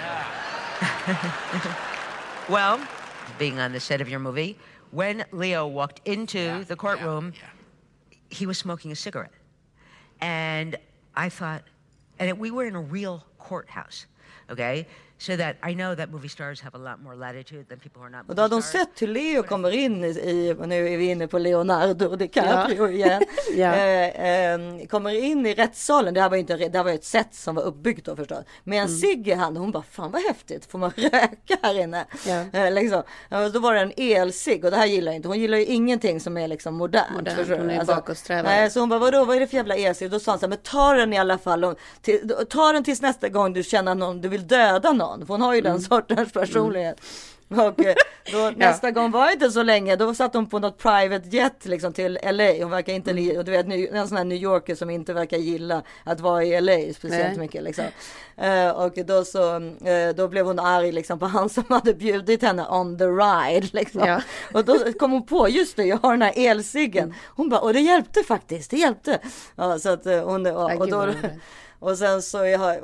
Well, being on the set of your movie, when Leo walked into the courtroom, he was smoking a cigarette. And I thought, we were in a real courthouse, okay? So that I know that movie stars have a lot more latitude than people who are not movie stars. Och då hade de sett hur Leo kommer in och nu är vi inne på Leonardo DiCaprio igen. Kommer in i rättssalen. Det här var ett sätt som var uppbyggt då förstås. Med en cigg i hand. Hon bara, fan vad häftigt. Får man röka här inne? Liksom. Då var det en elcigg, och det här gillar inte. Hon gillar ju ingenting som är liksom modernt. Hon är bakåtsträvare. Så hon bara, vad är det för jävla elcigg? Då sa han så här, men ta den i alla fall. Ta den tills nästa gång du känner någon, du vill döda någon. För hon har ju den sortens personlighet. Och då nästa gång var det inte så länge. Då satt hon på något private jet liksom till LA. Hon verkar inte, och du vet, en sån här New Yorker som inte verkar gilla att vara i LA speciellt mycket liksom. Och då blev hon arg liksom på han som hade bjudit henne on the ride liksom. Och då kom hon på, just det, jag har den här elciggen. Hon bara, och det hjälpte faktiskt, det hjälpte. Ja, så att Och sen så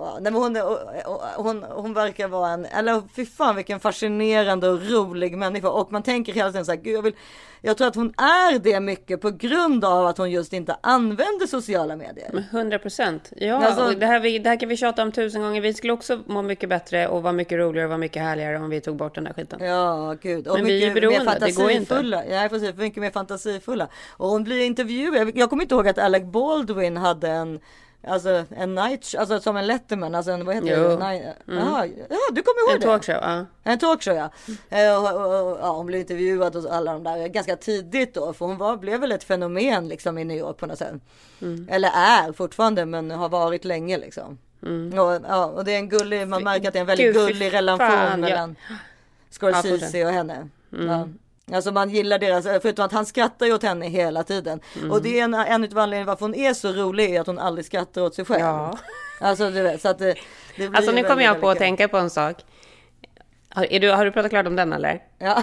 hon verkar vara fy fan vilken fascinerande och rolig människa. Och man tänker hela tiden så här, gud, jag tror att hon är det mycket på grund av att hon just inte använder sociala medier. 100%. Ja, alltså, och det här kan vi tjata om 1000 gånger. Vi skulle också må mycket bättre och vara mycket roligare och vara mycket härligare om vi tog bort den här skiten. Ja, gud. Och men vi är beroende, det går inte. Ja, precis, mycket mer fantasifulla. Och hon blir intervjuad. Jag kommer inte ihåg att Alec Baldwin hade en night, alltså som en Letterman, alltså vad heter det? Ja, du kommer ihåg en talkshow, ja. En talkshow, ja. Hon blev intervjuad och alla de där ganska tidigt då, för hon blev väl ett fenomen liksom i New York på något sätt. Eller är fortfarande, men har varit länge liksom. Och det är en gullig, man märker att det är en väldigt gullig relation mellan Scorsese och henne. Ja. Alltså man gillar deras, förutom att han skrattar ju åt henne hela tiden. Och det är en av anledningarna varför hon är så rolig, är att hon aldrig skrattar åt sig själv. Ja. Alltså du vet, så att det blir alltså nu kommer jag på att tänka på en sak. Har du pratat klart om den eller? Ja.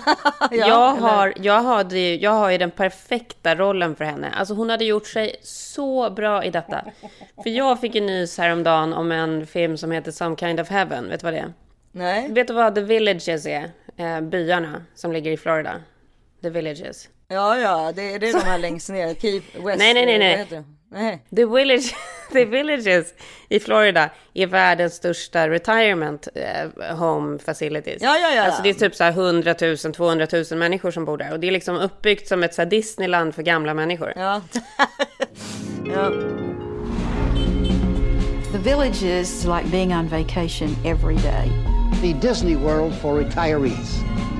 Jag har ju den perfekta rollen för henne. Alltså hon hade gjort sig så bra i detta. För jag fick en nys häromdagen om en film som heter Some Kind of Heaven. Vet du vad det är? Nej. Vet du vad The Villages är? Byarna som ligger i Florida. The Villages. Ja, det är de här längst ner. Keep West. Nej. The Villages i Florida är världens största retirement home facilities. Ja. Alltså det är typ så här 100 000, 200 000 människor som bor där. Och det är liksom uppbyggt som ett så här Disneyland för gamla människor. Ja. The Village is like being on vacation every day. The Disney World for retirees.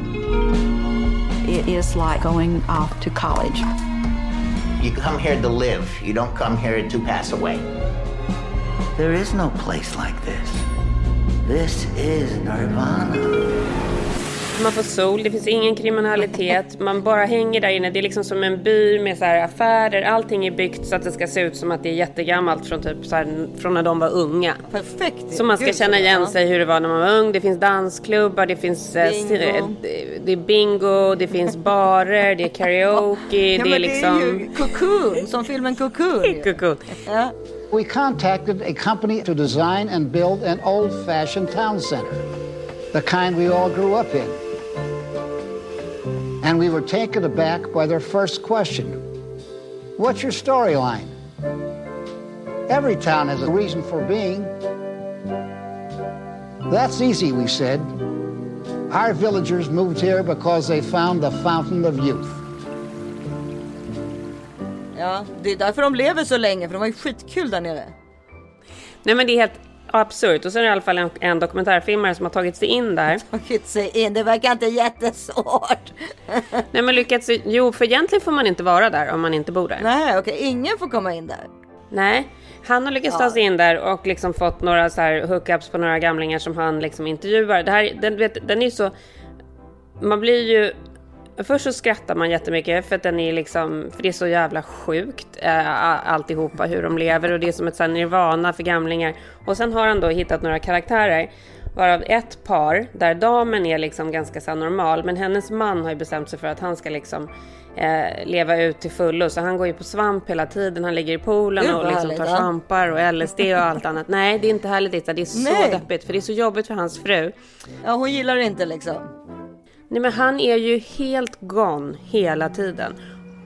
It is like going off to college. You come here to live. You don't come here to pass away. There is no place like this. This is Nirvana. Man får sol, det finns ingen kriminalitet. Man bara hänger där inne. Det är liksom som en by med så här affärer. Allting är byggt så att det ska se ut som att det är jättegammalt från typ så här, från när de var unga. Perfekt. Så man ska känna igen sig hur det var när man var ung. Det finns dansklubbar, det finns det är bingo, det finns barer, det är karaoke, ja, det är liksom... det är ju Cocoon, som filmen Cocoon. Cocoon. Ja. We contacted a company to design and build an old-fashioned town center. The kind we all grew up in. And we were taken aback by their first question. What's your storyline? Every town has a reason for being. That's easy, we said. Our villagers moved here because they found the fountain of youth. Ja, det är därför de lever så länge, för de har ju skitkul där nere. Nej, men det är helt absurt. Och så är det i alla fall en dokumentärfilmare som har tagit sig in där. Tagit sig in, det verkar inte jättesvårt. Nej, men lyckats. Jo, för egentligen får man inte vara där om man inte bor där. Nej, okej, ingen får komma in där. Nej, han har lyckats ta sig in där och liksom fått några så här hookups på några gamlingar som han liksom intervjuar. Det här, den är ju så... Man blir ju... Först så skrattar man jättemycket för att den är liksom, för det är så jävla sjukt alltihopa hur de lever, och det är som ett så här nirvana för gamlingar. Och sen har han då hittat några karaktärer, varav ett par där damen är liksom ganska så normal, men hennes man har ju bestämt sig för att han ska liksom leva ut till fullo, så han går ju på svamp hela tiden, han ligger i poolen och liksom tar svampar och LSD och allt annat. Nej, det är inte härligt, det är så deppigt, för det är så jobbigt för hans fru. Ja, hon gillar det inte liksom. Nej, men han är ju helt gone hela tiden.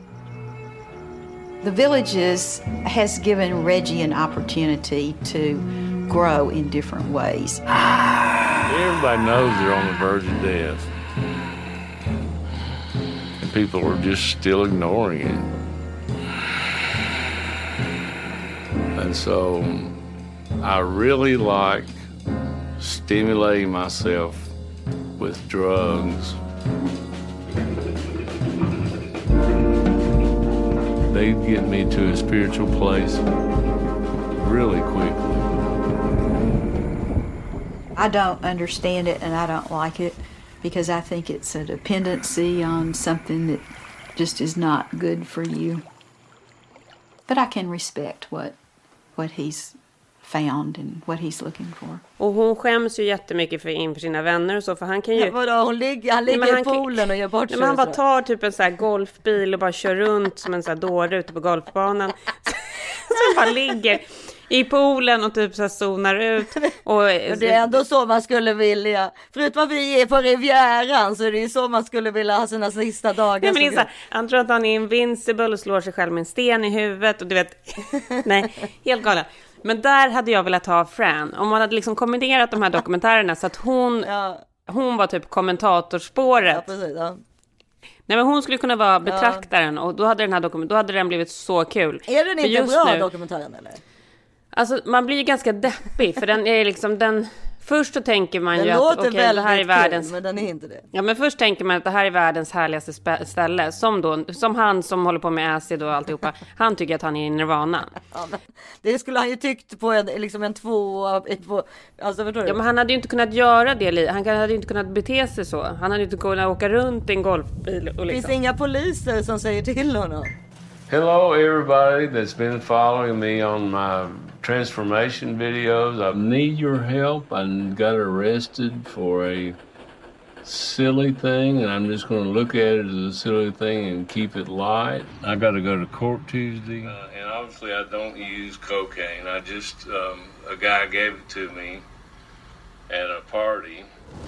The Villages has given Reggie an opportunity to grow in different ways. Everybody knows they're on the verge of death. And people are just still ignoring it. And so I really like stimulating myself with drugs. They get me to a spiritual place really quickly. I don't understand it and I don't like it because I think it's a dependency on something that just is not good for you. But I can respect what he's found and what he's looking for. Och hon skäms ju jättemycket inför sina vänner och så, för han kan ju... Ja, vadå? Han ligger i poolen och gör bort sig. Men han bara tar typ en så här golfbil och bara kör runt som en så här dåre ute på golfbanan. Så han bara ligger. i poolen och typ så här zonar ut. Och det är ändå så man skulle vilja. Förutom att vi är på Rivieran så är det ju så man skulle vilja ha sina sista dagar. Nej, men så här, han tror att han är invincible och slår sig själv med en sten i huvudet. Och du vet, nej, helt galen. Men där hade jag velat ha Fran. Om man hade liksom kommenterat de här dokumentärerna så att hon var typ kommentatorspåret. Ja, precis, ja. Nej, men hon skulle kunna vara betraktaren och då hade då hade den blivit så kul. Är den inte bra dokumentären eller? Alltså man blir ju ganska deppig för den är liksom först så tänker man ju att okej, det här är världens, men den är inte det. Ja, men först tänker man att det här är världens härligaste ställe som han som håller på med acid och alltihopa. Han tycker att han är i Nirvana. Ja, men det skulle han ju tyckt på en två, alltså förstår du? Ja, men han hade ju inte kunnat göra det. Han hade ju inte kunnat bete sig så. Han hade ju inte kunnat åka runt i en golfbil och liksom. Finns det inga poliser som säger till honom? Hello everybody that's been following me on my transformation videos. I need your help. I got arrested for a silly thing and I'm just going to look at it as a silly thing and keep it light. I got to go to court Tuesday. And obviously I don't use cocaine. I just, a guy gave it to me at a party.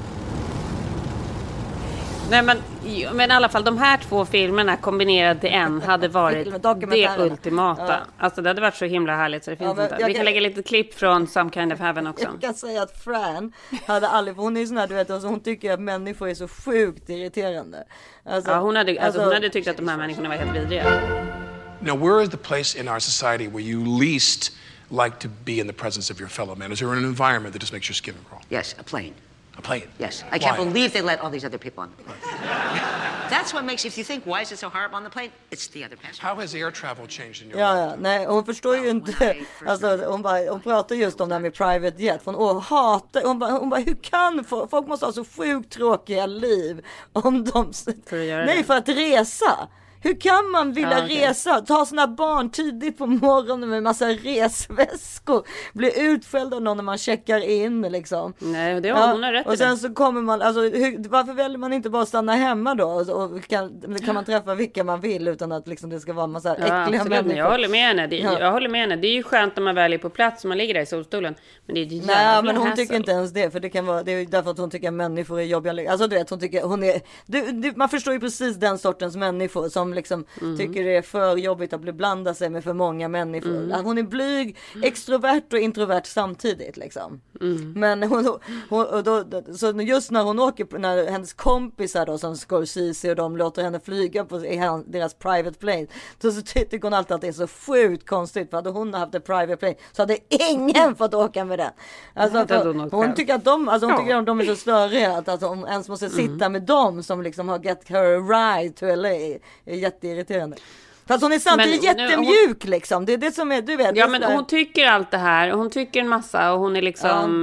Nej, men i alla fall de här två filmerna kombinerade till en hade varit det ultimata. Ja. Alltså det hade varit så himla härligt så det finns inte. Vi kan lägga lite klipp från Some Kind of Heaven också. Jag kan säga att Fran hade aldrig, hon är sån här, du vet, alltså, hon tycker att människor är så sjukt irriterande. Alltså, ja, hon hade tyckt att de här människorna var helt vidriga. Now, where is the place in our society where you least like to be in the presence of your fellow man? Is there an environment that just makes your skin crawl? Yes, a plane. A plane? Yes. I can't believe they let all these other people on the plane. That's what makes, if you think, why is it so hard on the plane? It's the other passengers. How has air travel changed in your life? Ja, nej, hon förstår ju inte. Alltså, hon pratar just om det här med private jet. Hon hatar, hon bara, hur kan folk måste ha så sjukt tråkiga liv om de... För att resa. Hur kan man vilja resa? Ta sina barn tidigt på morgonen med massa resväskor. Bli utskälld av någon när man checkar in liksom. Nej, det har hon rätt i. Och sen så kommer man, alltså varför väljer man inte bara stanna hemma då? Och kan man träffa vilka man vill utan att liksom det ska vara en massa äckliga människor. Jag håller med henne. Jag håller med henne. Det är ju skönt när man väl är på plats och man ligger där i solstolen. Men det är ju nej, men hon tycker inte ens det. För det kan vara, det är därför att hon tycker att människor är jobbiga. Alltså du vet, hon tycker, hon är, man förstår ju precis den sortens människor som liksom tycker det är för jobbigt att bli blanda sig med för många människor. Hon är blyg, extrovert och introvert samtidigt liksom. Men så just när hon åker, när hennes kompisar då som Scorsese och de låter henne flyga på deras private plane, så tycker hon alltid att det är så sjukt konstigt, för hade hon haft ett private plane så hade ingen fått åka med den. Alltså, hon tycker att de är så störiga att alltså, hon ens måste sitta med dem som liksom har get her a ride to LA. Är jätteirriterande. Fast hon är samtidigt jättemjuk liksom. Det är det som är, du vet. Ja, men hon tycker allt det här. Hon tycker en massa och hon är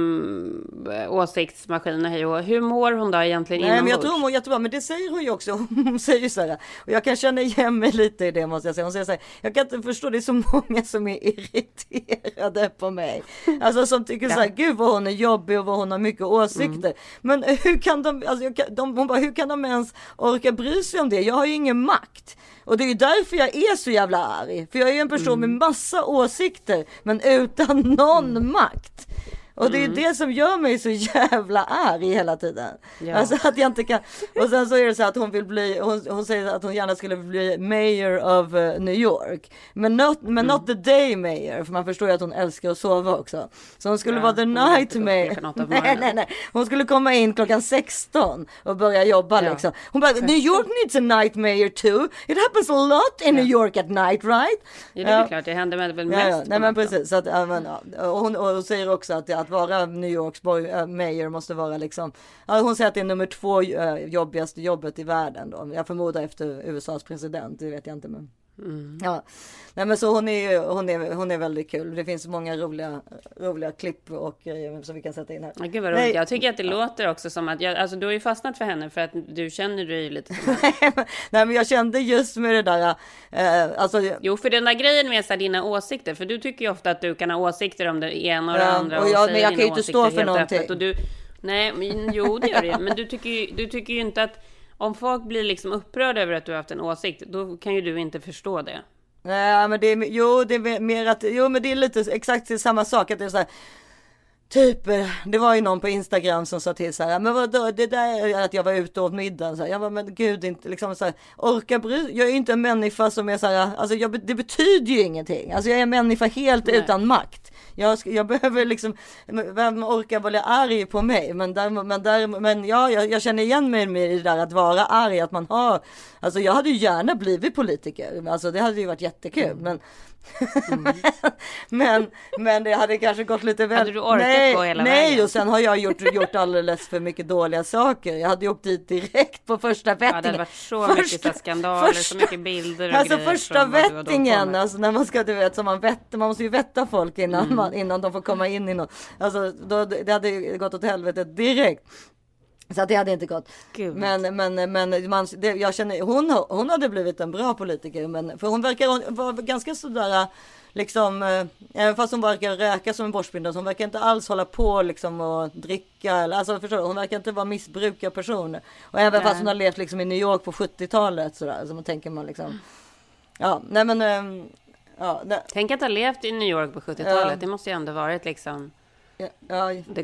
liksom åsiktsmaskin och hej och hur mår hon då egentligen inombords? Men jag tror hon mår jättebra, men det säger hon ju också. Hon säger ju så här, och jag kan känna igen mig lite i det, måste jag säga. Hon säger så här, jag kan inte förstå, det är så många som är irriterade på mig. Alltså som tycker så här, gud vad hon är jobbig och vad hon har mycket åsikter. Men hur kan hon bara, hur kan de ens orka bry sig om det? Jag har ju ingen makt. Och det är ju därför jag är så jävla arg. För jag är ju en person med massa åsikter, men utan någon makt. Och det är det som gör mig så jävla arg hela tiden. Ja. Alltså att jag inte kan. Och sen så är det så att hon vill bli, hon säger att hon gärna skulle bli mayor of New York. Men not the day mayor, för man förstår ju att hon älskar att sova också. Så hon skulle vara the night mayor. Nej. Hon skulle komma in klockan 16 och börja jobba liksom. Hon bara, New York needs a night mayor too. It happens a lot in New York at night, right? Ja, det är klart, det händer väl mest. Nej, men precis. Så att, och hon säger också att vara New Yorks mayor måste vara liksom, hon säger att det är nummer 2 jobbigaste jobbet i världen då. Jag förmodar efter USAs president, det vet jag inte, men ja. Nej, men så hon är väldigt kul. Det finns många roliga klipp och som vi kan sätta in här. Ja, gud vad roligt. Jag tycker att det låter också som att alltså du har ju fastnat för henne för att du känner dig lite som Nej, men jag kände just med det där Jo, för den där grejen med dina åsikter, för du tycker ju ofta att du kan ha åsikter om det ena och det andra och men jag kan ju inte stå för någonting. Och nej, men jo, det gör det. Men du tycker ju inte att om folk blir liksom upprörda över att du har haft en åsikt, då kan ju du inte förstå det. Nej, men det är mer att, men det är lite exakt samma sak, att det är så här, typ, det var ju någon på Instagram som sa till så här, men vadå, det där är att jag var ute åt middagen, så här, jag var, men gud, inte liksom så här, jag är ju inte en människa som är så här, alltså det betyder ju ingenting, alltså jag är en människa helt utan makt. Jag behöver liksom, vem orkar vara arg på mig, men jag känner igen mig med det där att vara arg, att man har, alltså jag hade ju gärna blivit politiker, alltså det hade ju varit jättekul, men det hade kanske gått lite väl. Hade du orkat gå hela vägen? Och sen har jag gjort alldeles för mycket dåliga saker. Jag hade åkt dit direkt på första vettingen. Ja, det hade varit så mycket skandaler, så mycket bilder och alltså grejer. Första vettingen, alltså när man ska, du vet, som man måste ju vetta folk innan de får komma in i något. Alltså det hade ju gått åt helvete direkt. Så att det hade inte gått. Gud. Men jag känner, hon hade blivit en bra politiker, men för hon verkar vara ganska sådär liksom, även fast hon verkar röka som en borstbindare, så hon verkar inte alls hålla på liksom och dricka, eller, alltså förstår du, hon verkar inte vara missbrukarperson. Och även fast hon har levt liksom i New York på 70-talet sådär, så man tänker man liksom, Tänk att ha levt i New York på 70-talet, det måste ju ändå varit liksom det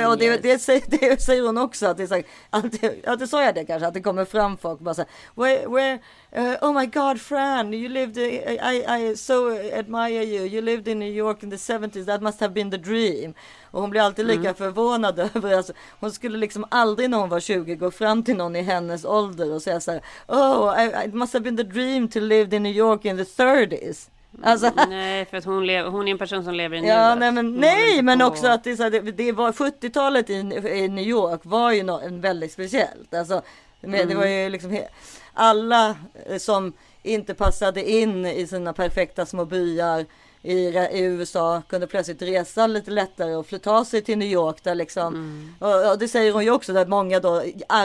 säger hon också, att det är så att det sa jag det kanske, att det kommer fram folk bara så här, oh my god, Fran, you lived, I so admire you lived in New York in the 70s, that must have been the dream. Och hon blir alltid lika förvånad över, alltså, hon skulle liksom aldrig när hon var 20 gå fram till någon i hennes ålder och säga så här, it must have been the dream to live in New York in the 30s. Alltså, nej, för att hon är en person som lever i nuet. Men också att det var 70-talet i New York var ju väldigt speciellt. Alltså, det var ju liksom alla som inte passade in i sina perfekta små byar i USA kunde plötsligt resa lite lättare och flytta sig till New York där liksom, och det säger hon ju också, där många då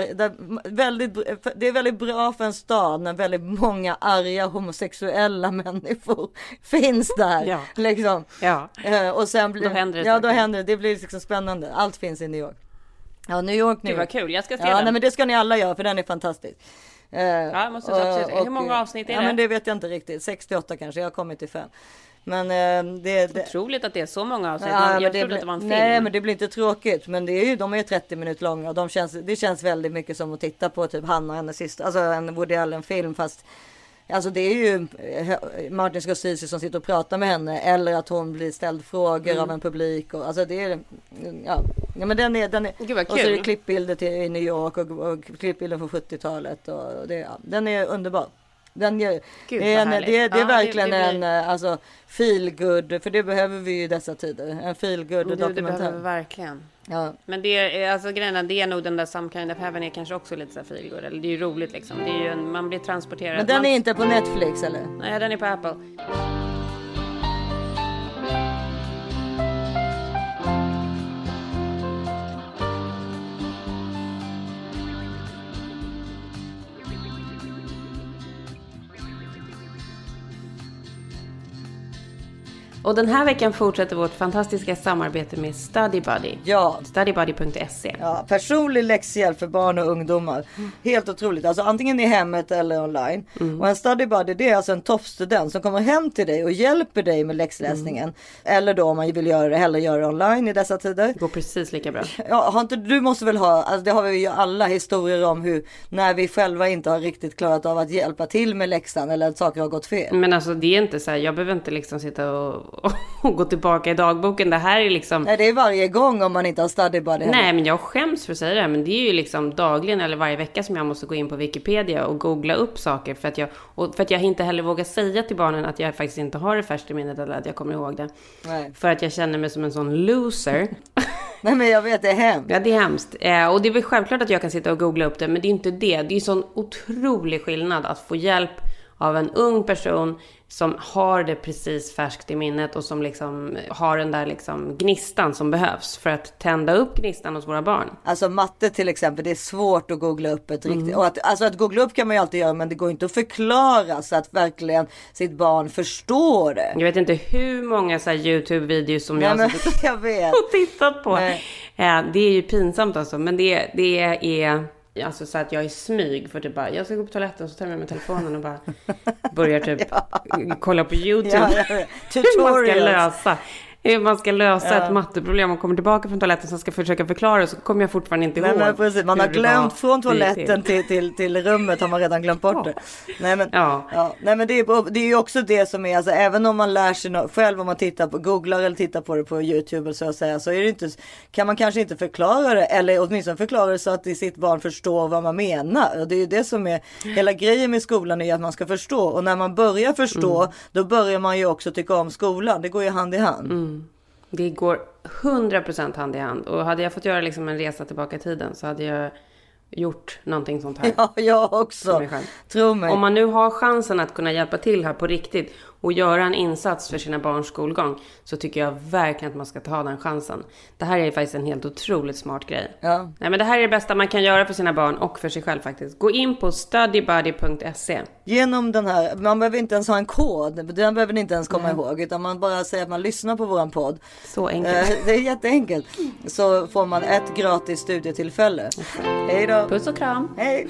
det är väldigt bra för en stad när väldigt många arga homosexuella människor finns där liksom. Och sen blir då händer det blir liksom spännande, allt finns i New York. New York nu. Det var kul, jag ska se den. Nej, men det ska ni alla göra, för den är fantastisk. Måste absolut. Hur många avsnitt är det? Men det vet jag inte riktigt, 68 kanske, jag har kommit till 5. Men det otroligt att det är så många avsnitt. Jag trodde att det var en film. Nej, men det blir inte tråkigt, men det är ju, de är 30 minuter långa och det känns väldigt mycket som att titta på typ Hanna och hennes syster, alltså en Woody Allen-film, fast alltså det är ju Martin Scorsese som sitter och pratar med henne, eller att hon blir ställd frågor av en publik, och alltså det är men den är Gud, vad kul. Och så är det klippbilder i New York och klippbilder från 70-talet, och den är underbar. Det är verkligen en alltså feel good, för det behöver vi ju i dessa tider, en feel good dokumentär. Det behöver vi verkligen. Ja. Men det är alltså grejen, det är nog den där Some Kind of Heaven är kanske också lite så här feel good, eller det är ju roligt liksom. Det är ju man blir transporterad. Men den är inte på Netflix eller? Nej, den är på Apple. Och den här veckan fortsätter vårt fantastiska samarbete med StudyBuddy. Ja. StudyBuddy.se. Ja, personlig läxhjälp för barn och ungdomar. Helt otroligt. Alltså antingen i hemmet eller online. Och en StudyBuddy, det är alltså en toppstudent som kommer hem till dig och hjälper dig med läxläsningen. Eller då om man vill hellre göra det online i dessa tider. Det går precis lika bra. Ja, du måste väl ha, alltså det har vi ju alla historier om hur, när vi själva inte har riktigt klarat av att hjälpa till med läxan eller att saker har gått fel. Men alltså det är inte så här, jag behöver inte liksom sitta och gå tillbaka i dagboken. Det här är liksom... Nej, det är varje gång om man inte har StudyBuddy. Nej, men jag skäms för att säga det. Men det är ju liksom dagligen eller varje vecka som jag måste gå in på Wikipedia och googla upp saker. För att jag inte heller vågar säga till barnen att jag faktiskt inte har det färskt i minnet eller att jag kommer ihåg det. Nej. För att jag känner mig som en sån loser. Nej, men jag vet, det är hemskt. Ja, det är hemskt. Och det är väl självklart att jag kan sitta och googla upp det. Men det är inte det. Det är sån otrolig skillnad att få hjälp av en ung person som har det precis färskt i minnet och som liksom har den där liksom gnistan som behövs för att tända upp gnistan hos våra barn. Alltså matte till exempel, det är svårt att googla upp ett riktigt. Och att googla upp kan man ju alltid göra, men det går inte att förklara så att verkligen sitt barn förstår det. Jag vet inte hur många så här YouTube-videos som jag vet. och tittat på. Det är ju pinsamt alltså, men det är Alltså så att jag är smyg för typ bara, jag ska gå på toaletten så tar jag med telefonen och bara börjar typ kolla på YouTube. Hur man ska lösa ett matteproblem och kommer tillbaka från toaletten så ska försöka förklara, så kommer jag fortfarande inte ihåg. Men precis, man har glömt från toaletten till rummet, har man redan glömt bort det. Nej men det är ju också det som är, alltså, även om man lär sig själv, om man tittar på, googlar eller tittar på det på YouTube och så att säga, så är det inte, kan man kanske inte förklara det, eller åtminstone förklara det så att sitt barn förstår vad man menar. Och det är ju det som är hela grejen med skolan, är att man ska förstå, och när man börjar förstå då börjar man ju också tycka om skolan. Det går ju hand i hand. Det går 100% hand i hand. Och hade jag fått göra liksom en resa tillbaka i tiden så hade jag gjort någonting sånt här. Ja, jag också. Tro mig. Om man nu har chansen att kunna hjälpa till här på riktigt och göra en insats för sina barns skolgång, så tycker jag verkligen att man ska ta den chansen. Det här är faktiskt en helt otroligt smart grej. Ja. Nej, men det här är det bästa man kan göra för sina barn och för sig själv faktiskt. Gå in på studybuddy.se. Genom den här, man behöver inte ens ha en kod. Den behöver ni inte ens komma ihåg, utan man bara säger att man lyssnar på våran podd. Så enkelt. Det är jätteenkelt. Så får man ett gratis studietillfälle. Hej då. Puss och kram. Hej.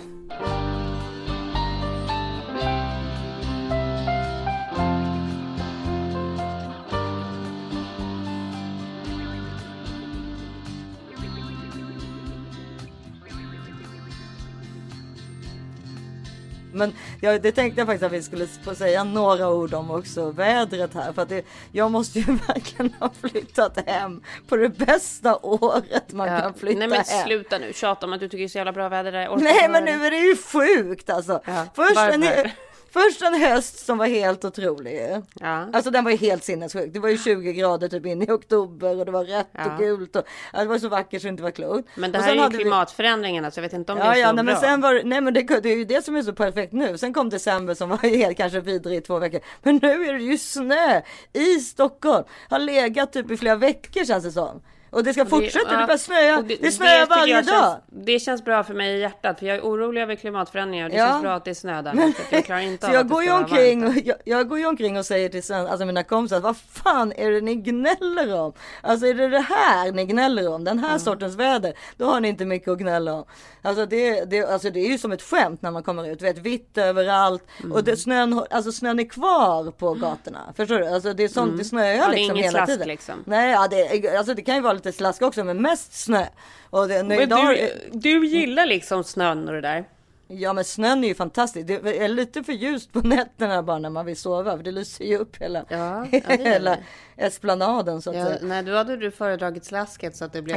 Men det tänkte jag faktiskt att vi skulle få säga några ord om också, vädret här. För att jag måste ju verkligen ha flyttat hem på det bästa året man kan flytta hem. Nej men sluta nu, tjata om att du tycker det är så jävla bra väder där. Nej men nu är det ju sjukt alltså. Ja. Först en höst som var helt otrolig. Ja. Alltså den var ju helt sinnessjuk. Det var ju 20 grader typ in i oktober och det var rött och gult. Och, det var så vackert så det inte var klokt. Men det här är ju klimatförändringarna så jag vet inte om det är så nej, bra. Men sen nej men det är ju det som är så perfekt nu. Sen kom december som var helt kanske vidrig i 2 veckor. Men nu är det ju snö i Stockholm. Har legat typ i flera veckor känns det som. Och det ska fortsätta, det bara snöa. Det snöar varje dag. Det känns bra för mig i hjärtat. För jag är orolig över klimatförändringar. Och det känns bra att det är snö där. Jag klarar inte av så att det ska jag går ju omkring och säger till mina kompisar, vad fan är det ni gnäller om? Alltså är det här ni gnäller om? Den här sortens väder. Då har ni inte mycket att gnälla om. Alltså det är ju som ett skämt när man kommer ut. Vet, vitt överallt. Och snön är kvar på gatorna. Förstår du? Alltså det är sånt, det snöar liksom hela slask, tiden. Liksom. Nej, det kan ju vara lite slask också, men mest snö. Och du gillar liksom snön och det där. Ja, men snön är ju fantastiskt. Det är lite för ljust på nätterna bara när man vill sova. För det lyser ju upp hela esplanaden så att säga. Nej, då hade du föredragit slasket så att det blev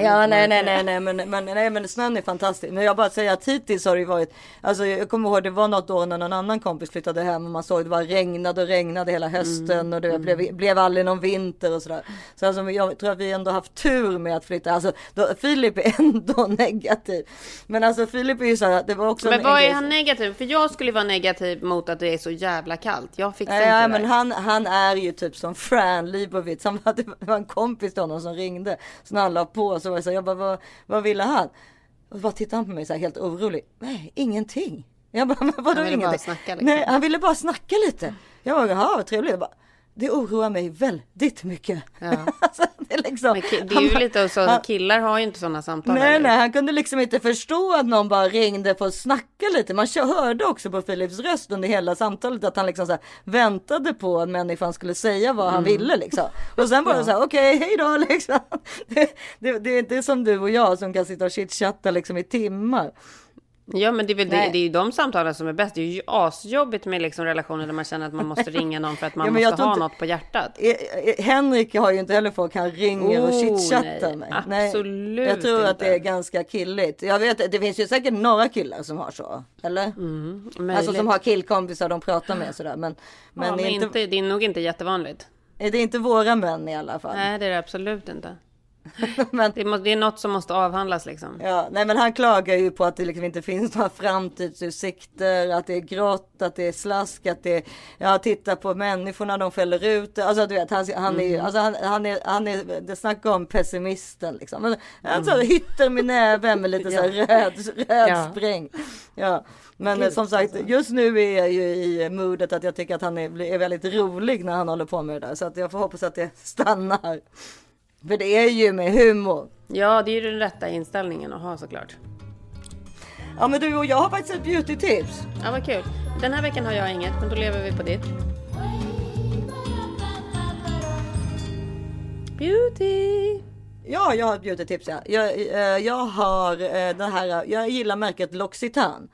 men snön är fantastisk. Men jag bara säger att hittills har det varit, alltså jag kommer ihåg det var något år när någon annan kompis flyttade hem och man såg det bara regnade hela hösten och det blev aldrig någon vinter och sådär. Så alltså, jag tror att vi ändå haft tur med att flytta. Alltså Filip är ändå negativ. Men alltså Filip är ju så här, det var också. Men vad är han negativ? För jag skulle vara negativ mot att det är så jävla kallt. Jag fixar inte det. Men han är ju typ som Fran Lebowitz. Det var en kompis till honom som ringde. Så när han la på så var jag så här, jag bara, vad ville han? Och bara tittade han på mig så här helt orolig. Nej, ingenting. Jag bara, men vadå ingenting? Bara snacka, liksom. Nej, han ville bara snacka lite. Jag bara, jaha, vad trevligt. Jag bara, det oroar mig väldigt mycket. Ja. Alltså, det är liksom, men det är ju lite så, killar har ju inte sådana samtal. Nej, han kunde liksom inte förstå att någon bara ringde för att snacka lite. Man hörde också på Philips röst under hela samtalet att han liksom så här väntade på att människan skulle säga vad han ville liksom. Och sen bara så här, okej, hej då liksom. Det är inte som du och jag som kan sitta och chitchatta liksom i timmar. Ja, men det är ju de samtalen som är bäst. Det är ju asjobbigt med liksom relationer där man känner att man måste ringa någon för att man måste ha något på hjärtat. Henrik har ju inte heller folk han ringer och chitchattar med. Absolut. Jag tror att det är ganska killigt. Jag vet, det finns ju säkert några killar som har så, eller? Alltså som har killkompisar de pratar med sådär. Men inte, det är nog inte jättevanligt. Det är inte våra män i alla fall. Nej, det är det absolut inte. Men det är något som måste avhandlas liksom. Ja, nej men han klagar ju på att det liksom inte finns några framtidsutsikter, att det är grått, att det är slask, att det titta på människorna, de fäller ut. Alltså du vet, han är ju, alltså han är det snackar om pessimisten liksom. Men alltså hytter med näven med lite så här röd spräng. Ja. Men som sagt, just nu är jag ju i modet att jag tycker att han är väldigt rolig när han håller på med det där. Så att jag får hoppas att det stannar. För det är ju med humor. Ja, det är ju den rätta inställningen att ha såklart. Ja, men du och jag har faktiskt ett beauty-tips. Ja, vad kul. Den här veckan har jag inget, men då lever vi på ditt. Beauty. Ja, jag har ett beauty-tips. Ja. Jag har den här, jag gillar märket L'Occitane.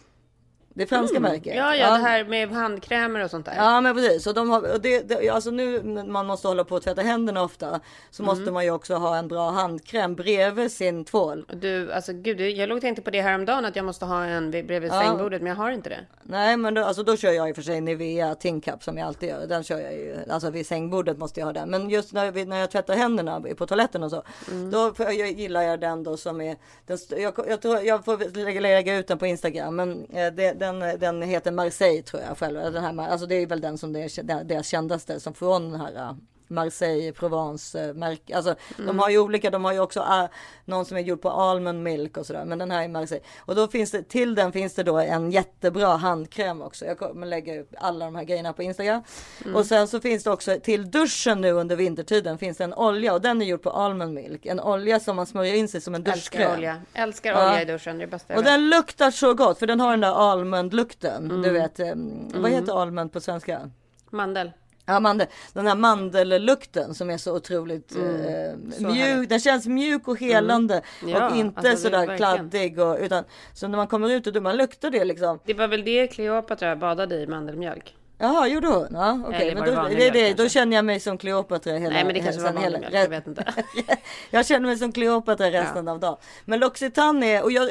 Det franska märket. Ja, det här med handkrämer och sånt där. Ja, men precis. Och de har, och alltså nu när man måste hålla på att tvätta händerna ofta, så måste man ju också ha en bra handkräm bredvid sin tvål. Du, alltså gud, jag låg och tänkte på det här att jag måste ha en bredvid sängbordet, men jag har inte det. Nej, men då kör jag i och för sig Nivea Tingkap som jag alltid gör. Den kör jag ju, alltså vid sängbordet måste jag ha den. Men just när jag tvättar händerna på toaletten och så, då gillar jag den då som är, jag tror jag får lägga ut den på Instagram, men den heter Marseille tror jag själv. Den här, alltså det är väl den som det är deras kändaste, som från den här Marseille, Provence märke. Alltså de har ju olika, de har ju också någon som är gjord på almond milk och sådär, men den här är Marseille. Och då finns det, till den finns det då en jättebra handkräm också. Jag kommer lägga upp alla de här grejerna på Instagram. Och sen så finns det också till duschen nu under vintertiden finns det en olja, och den är gjord på almond milk. En olja som man smörjer in sig som en duschkräm. Älskar olja i duschen, det är bästa. Och den luktar så gott, för den har den där almond-lukten. Du vet, vad heter almond på svenska? Mandel. Ja, den här mandellukten som är så otroligt mjuk. Den känns mjuk och helande och inte alltså, sådär kladdig. Utan, så när man kommer ut och man luktar det liksom. Det var väl det Kleopatra badade i, mandelmjölk. Jaha, gjorde hon? Ja, okej. Men då känner jag mig som Kleopatra hela. Nej, men det kanske var mandelmjölk, jag vet inte. Jag känner mig som Kleopatra resten av dagen. Men L'Occitane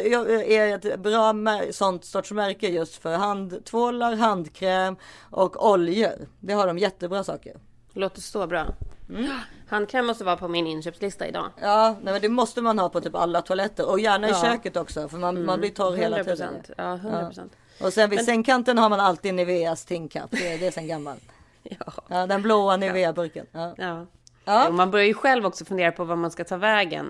är ett bra sånt sorts märke just för handtvålar, handkräm och oljor. Det har de jättebra saker. Låter så bra. Handkräm måste vara på min inköpslista idag. Ja, men det måste man ha på typ alla toaletter. Och gärna i köket också, för man blir torr hela tiden. Ja, 100%. Och sen vid sängkanten har man alltid Niveas Tingkap. Det är sen gammal. Ja, den blåa Nivea-burken. Ja. Och man börjar ju själv också fundera på vad man ska ta vägen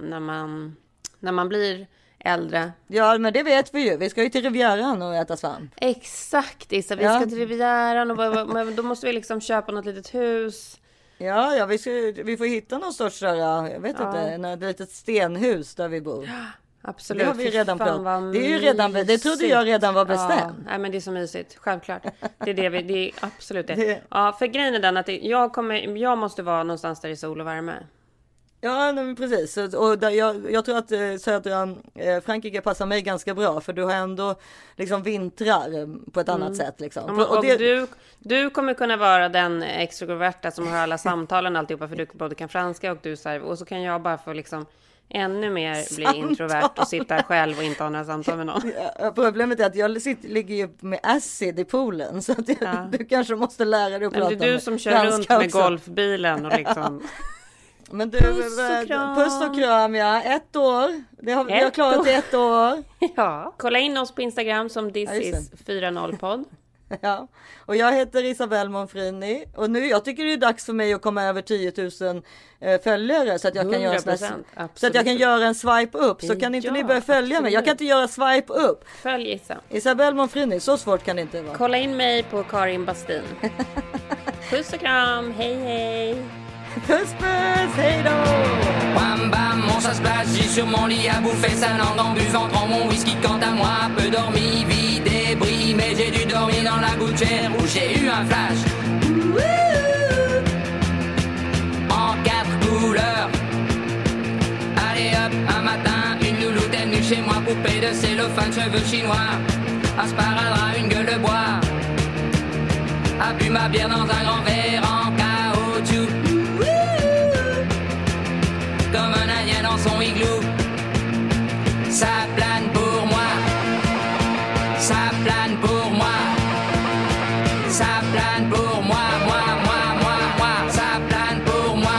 när man blir äldre. Ja, men det vet vi ju. Vi ska ju till Rivieran och äta svamp. Exakt, Issa. Vi ska till Rivieran men då måste vi liksom köpa något litet hus. Ja, vi får hitta någon sorts där, jag vet inte, ett litet stenhus där vi bor. Absolut. Det har vi redan pratat. Det är ju redan, det trodde jag redan var bestämt. Ja, men det är så mysigt, självklart. Det är absolut det. Ja, för grejen är den att jag måste vara någonstans där i sol och värme. Ja, men precis. Och jag tror att södra Frankrike passar mig ganska bra, för du har ändå liksom vintrar på ett annat sätt liksom. Och du kommer kunna vara den extroverta som har alla samtalen alltihopa, för du både kan franska och du och så kan jag bara få liksom ännu mer bli introvert och sitta själv och inte ha några samtal med någon. Ja, problemet är att jag ligger ju med acid i poolen, så att du kanske måste lära dig att prata. Det är du som kör runt med golfbilen och liksom. Men du, puss och kram, 1 år. Vi har klarat 1 år. Ja, kolla in oss på Instagram som thisis40podd. Ja, och jag heter Isabelle Monfrini. Och nu, jag tycker det är dags för mig att komma över 10 000 följare, så att jag kan göra en swipe upp. Så kan inte ni börja följa mig? Jag kan inte göra swipe upp. Följ Issa. Isabelle Monfrini, så svårt kan det inte vara. Kolla in mig på Karin Bastin. Puss och kram, hej. Puss, hej då! Bam bam, on ça se place, j'ai sur mon lit à bouffer sa langue en buvant trop mon whisky. Quant à moi, peu dormi, vie débris, mais j'ai dû dormir dans la gouttière où j'ai eu un flash. En 4 couleurs. Allez hop, un matin, une louloute est venue chez moi, poupée de cellophane, cheveux chinois, un sparadrap, une gueule de bois, a bu ma bière dans un grand verre en caoutchouc. Comme un indien dans son igloo. Ça plane pour moi. Ça plane pour moi. Ça plane pour moi. Moi. Ça plane pour moi.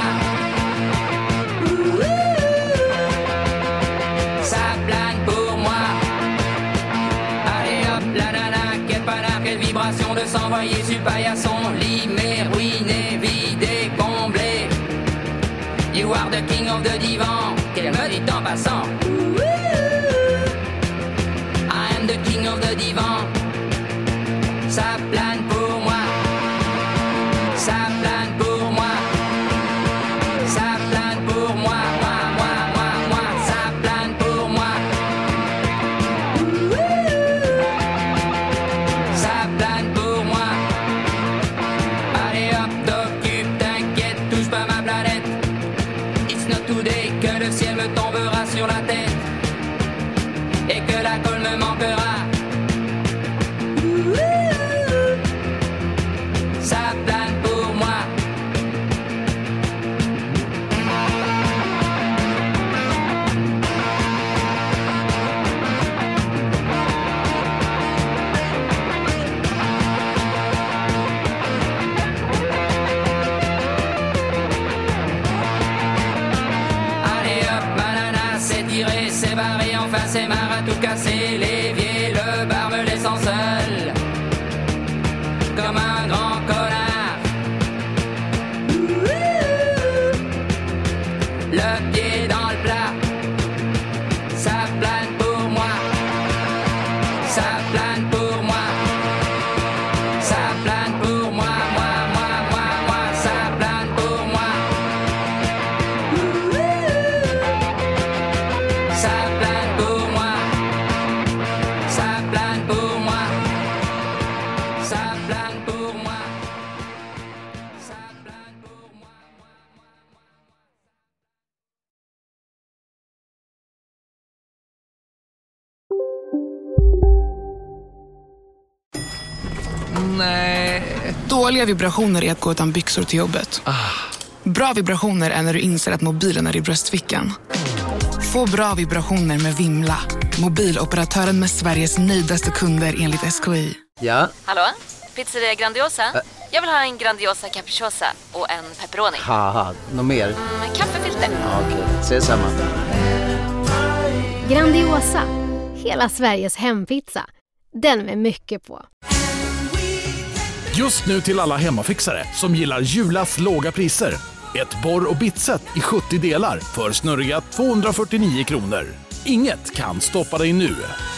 Ça plane pour moi. Allez hop, la nana, quelle panard, quelle vibration de s'envoyer sur paillasson. Limé, ruiné, vidé, comblé. You are the king of the divan, qu'elle me dit en passant. I am the king of the divan. Ça plane pour moi. Ça plane pour moi. Ça plane pour moi. Moi. Ça plane pour moi. it's not today, que le ciel me tombera sur la tête et que la colle me manquera. Ça plane pour moi. C'est barré, enfin c'est marre à tout casser. L'évier, le bar me laissant seul comme un grand connard. Le pied dans le plat, ça plane pour moi. Ça plane pour moi. Ça plane pour moi, moi, ça plane pour moi. Ça plane pour moi. Ça plane pour moi. Ça plane pour moi. Ça plane pour moi. Nej. Dåliga vibrationer är att gå utan byxor till jobbet. Bra vibrationer är när du inser att mobilen är i bröstfickan. Få bra vibrationer med Vimla. Mobiloperatören med Sveriges nöjdaste kunder enligt SKI. Ja? Hallå? Pizzeria Grandiosa? Jag vill ha en Grandiosa capriciosa och en pepperoni. Haha, något mer? Kaffefilter. Ja, okej, ses samma. Grandiosa, hela Sveriges hempizza. Den med mycket på. Just nu till alla hemmafixare som gillar Julas låga priser. Ett borr- och bitset i 70 delar för snurriga 249 kronor. Inget kan stoppa dig nu.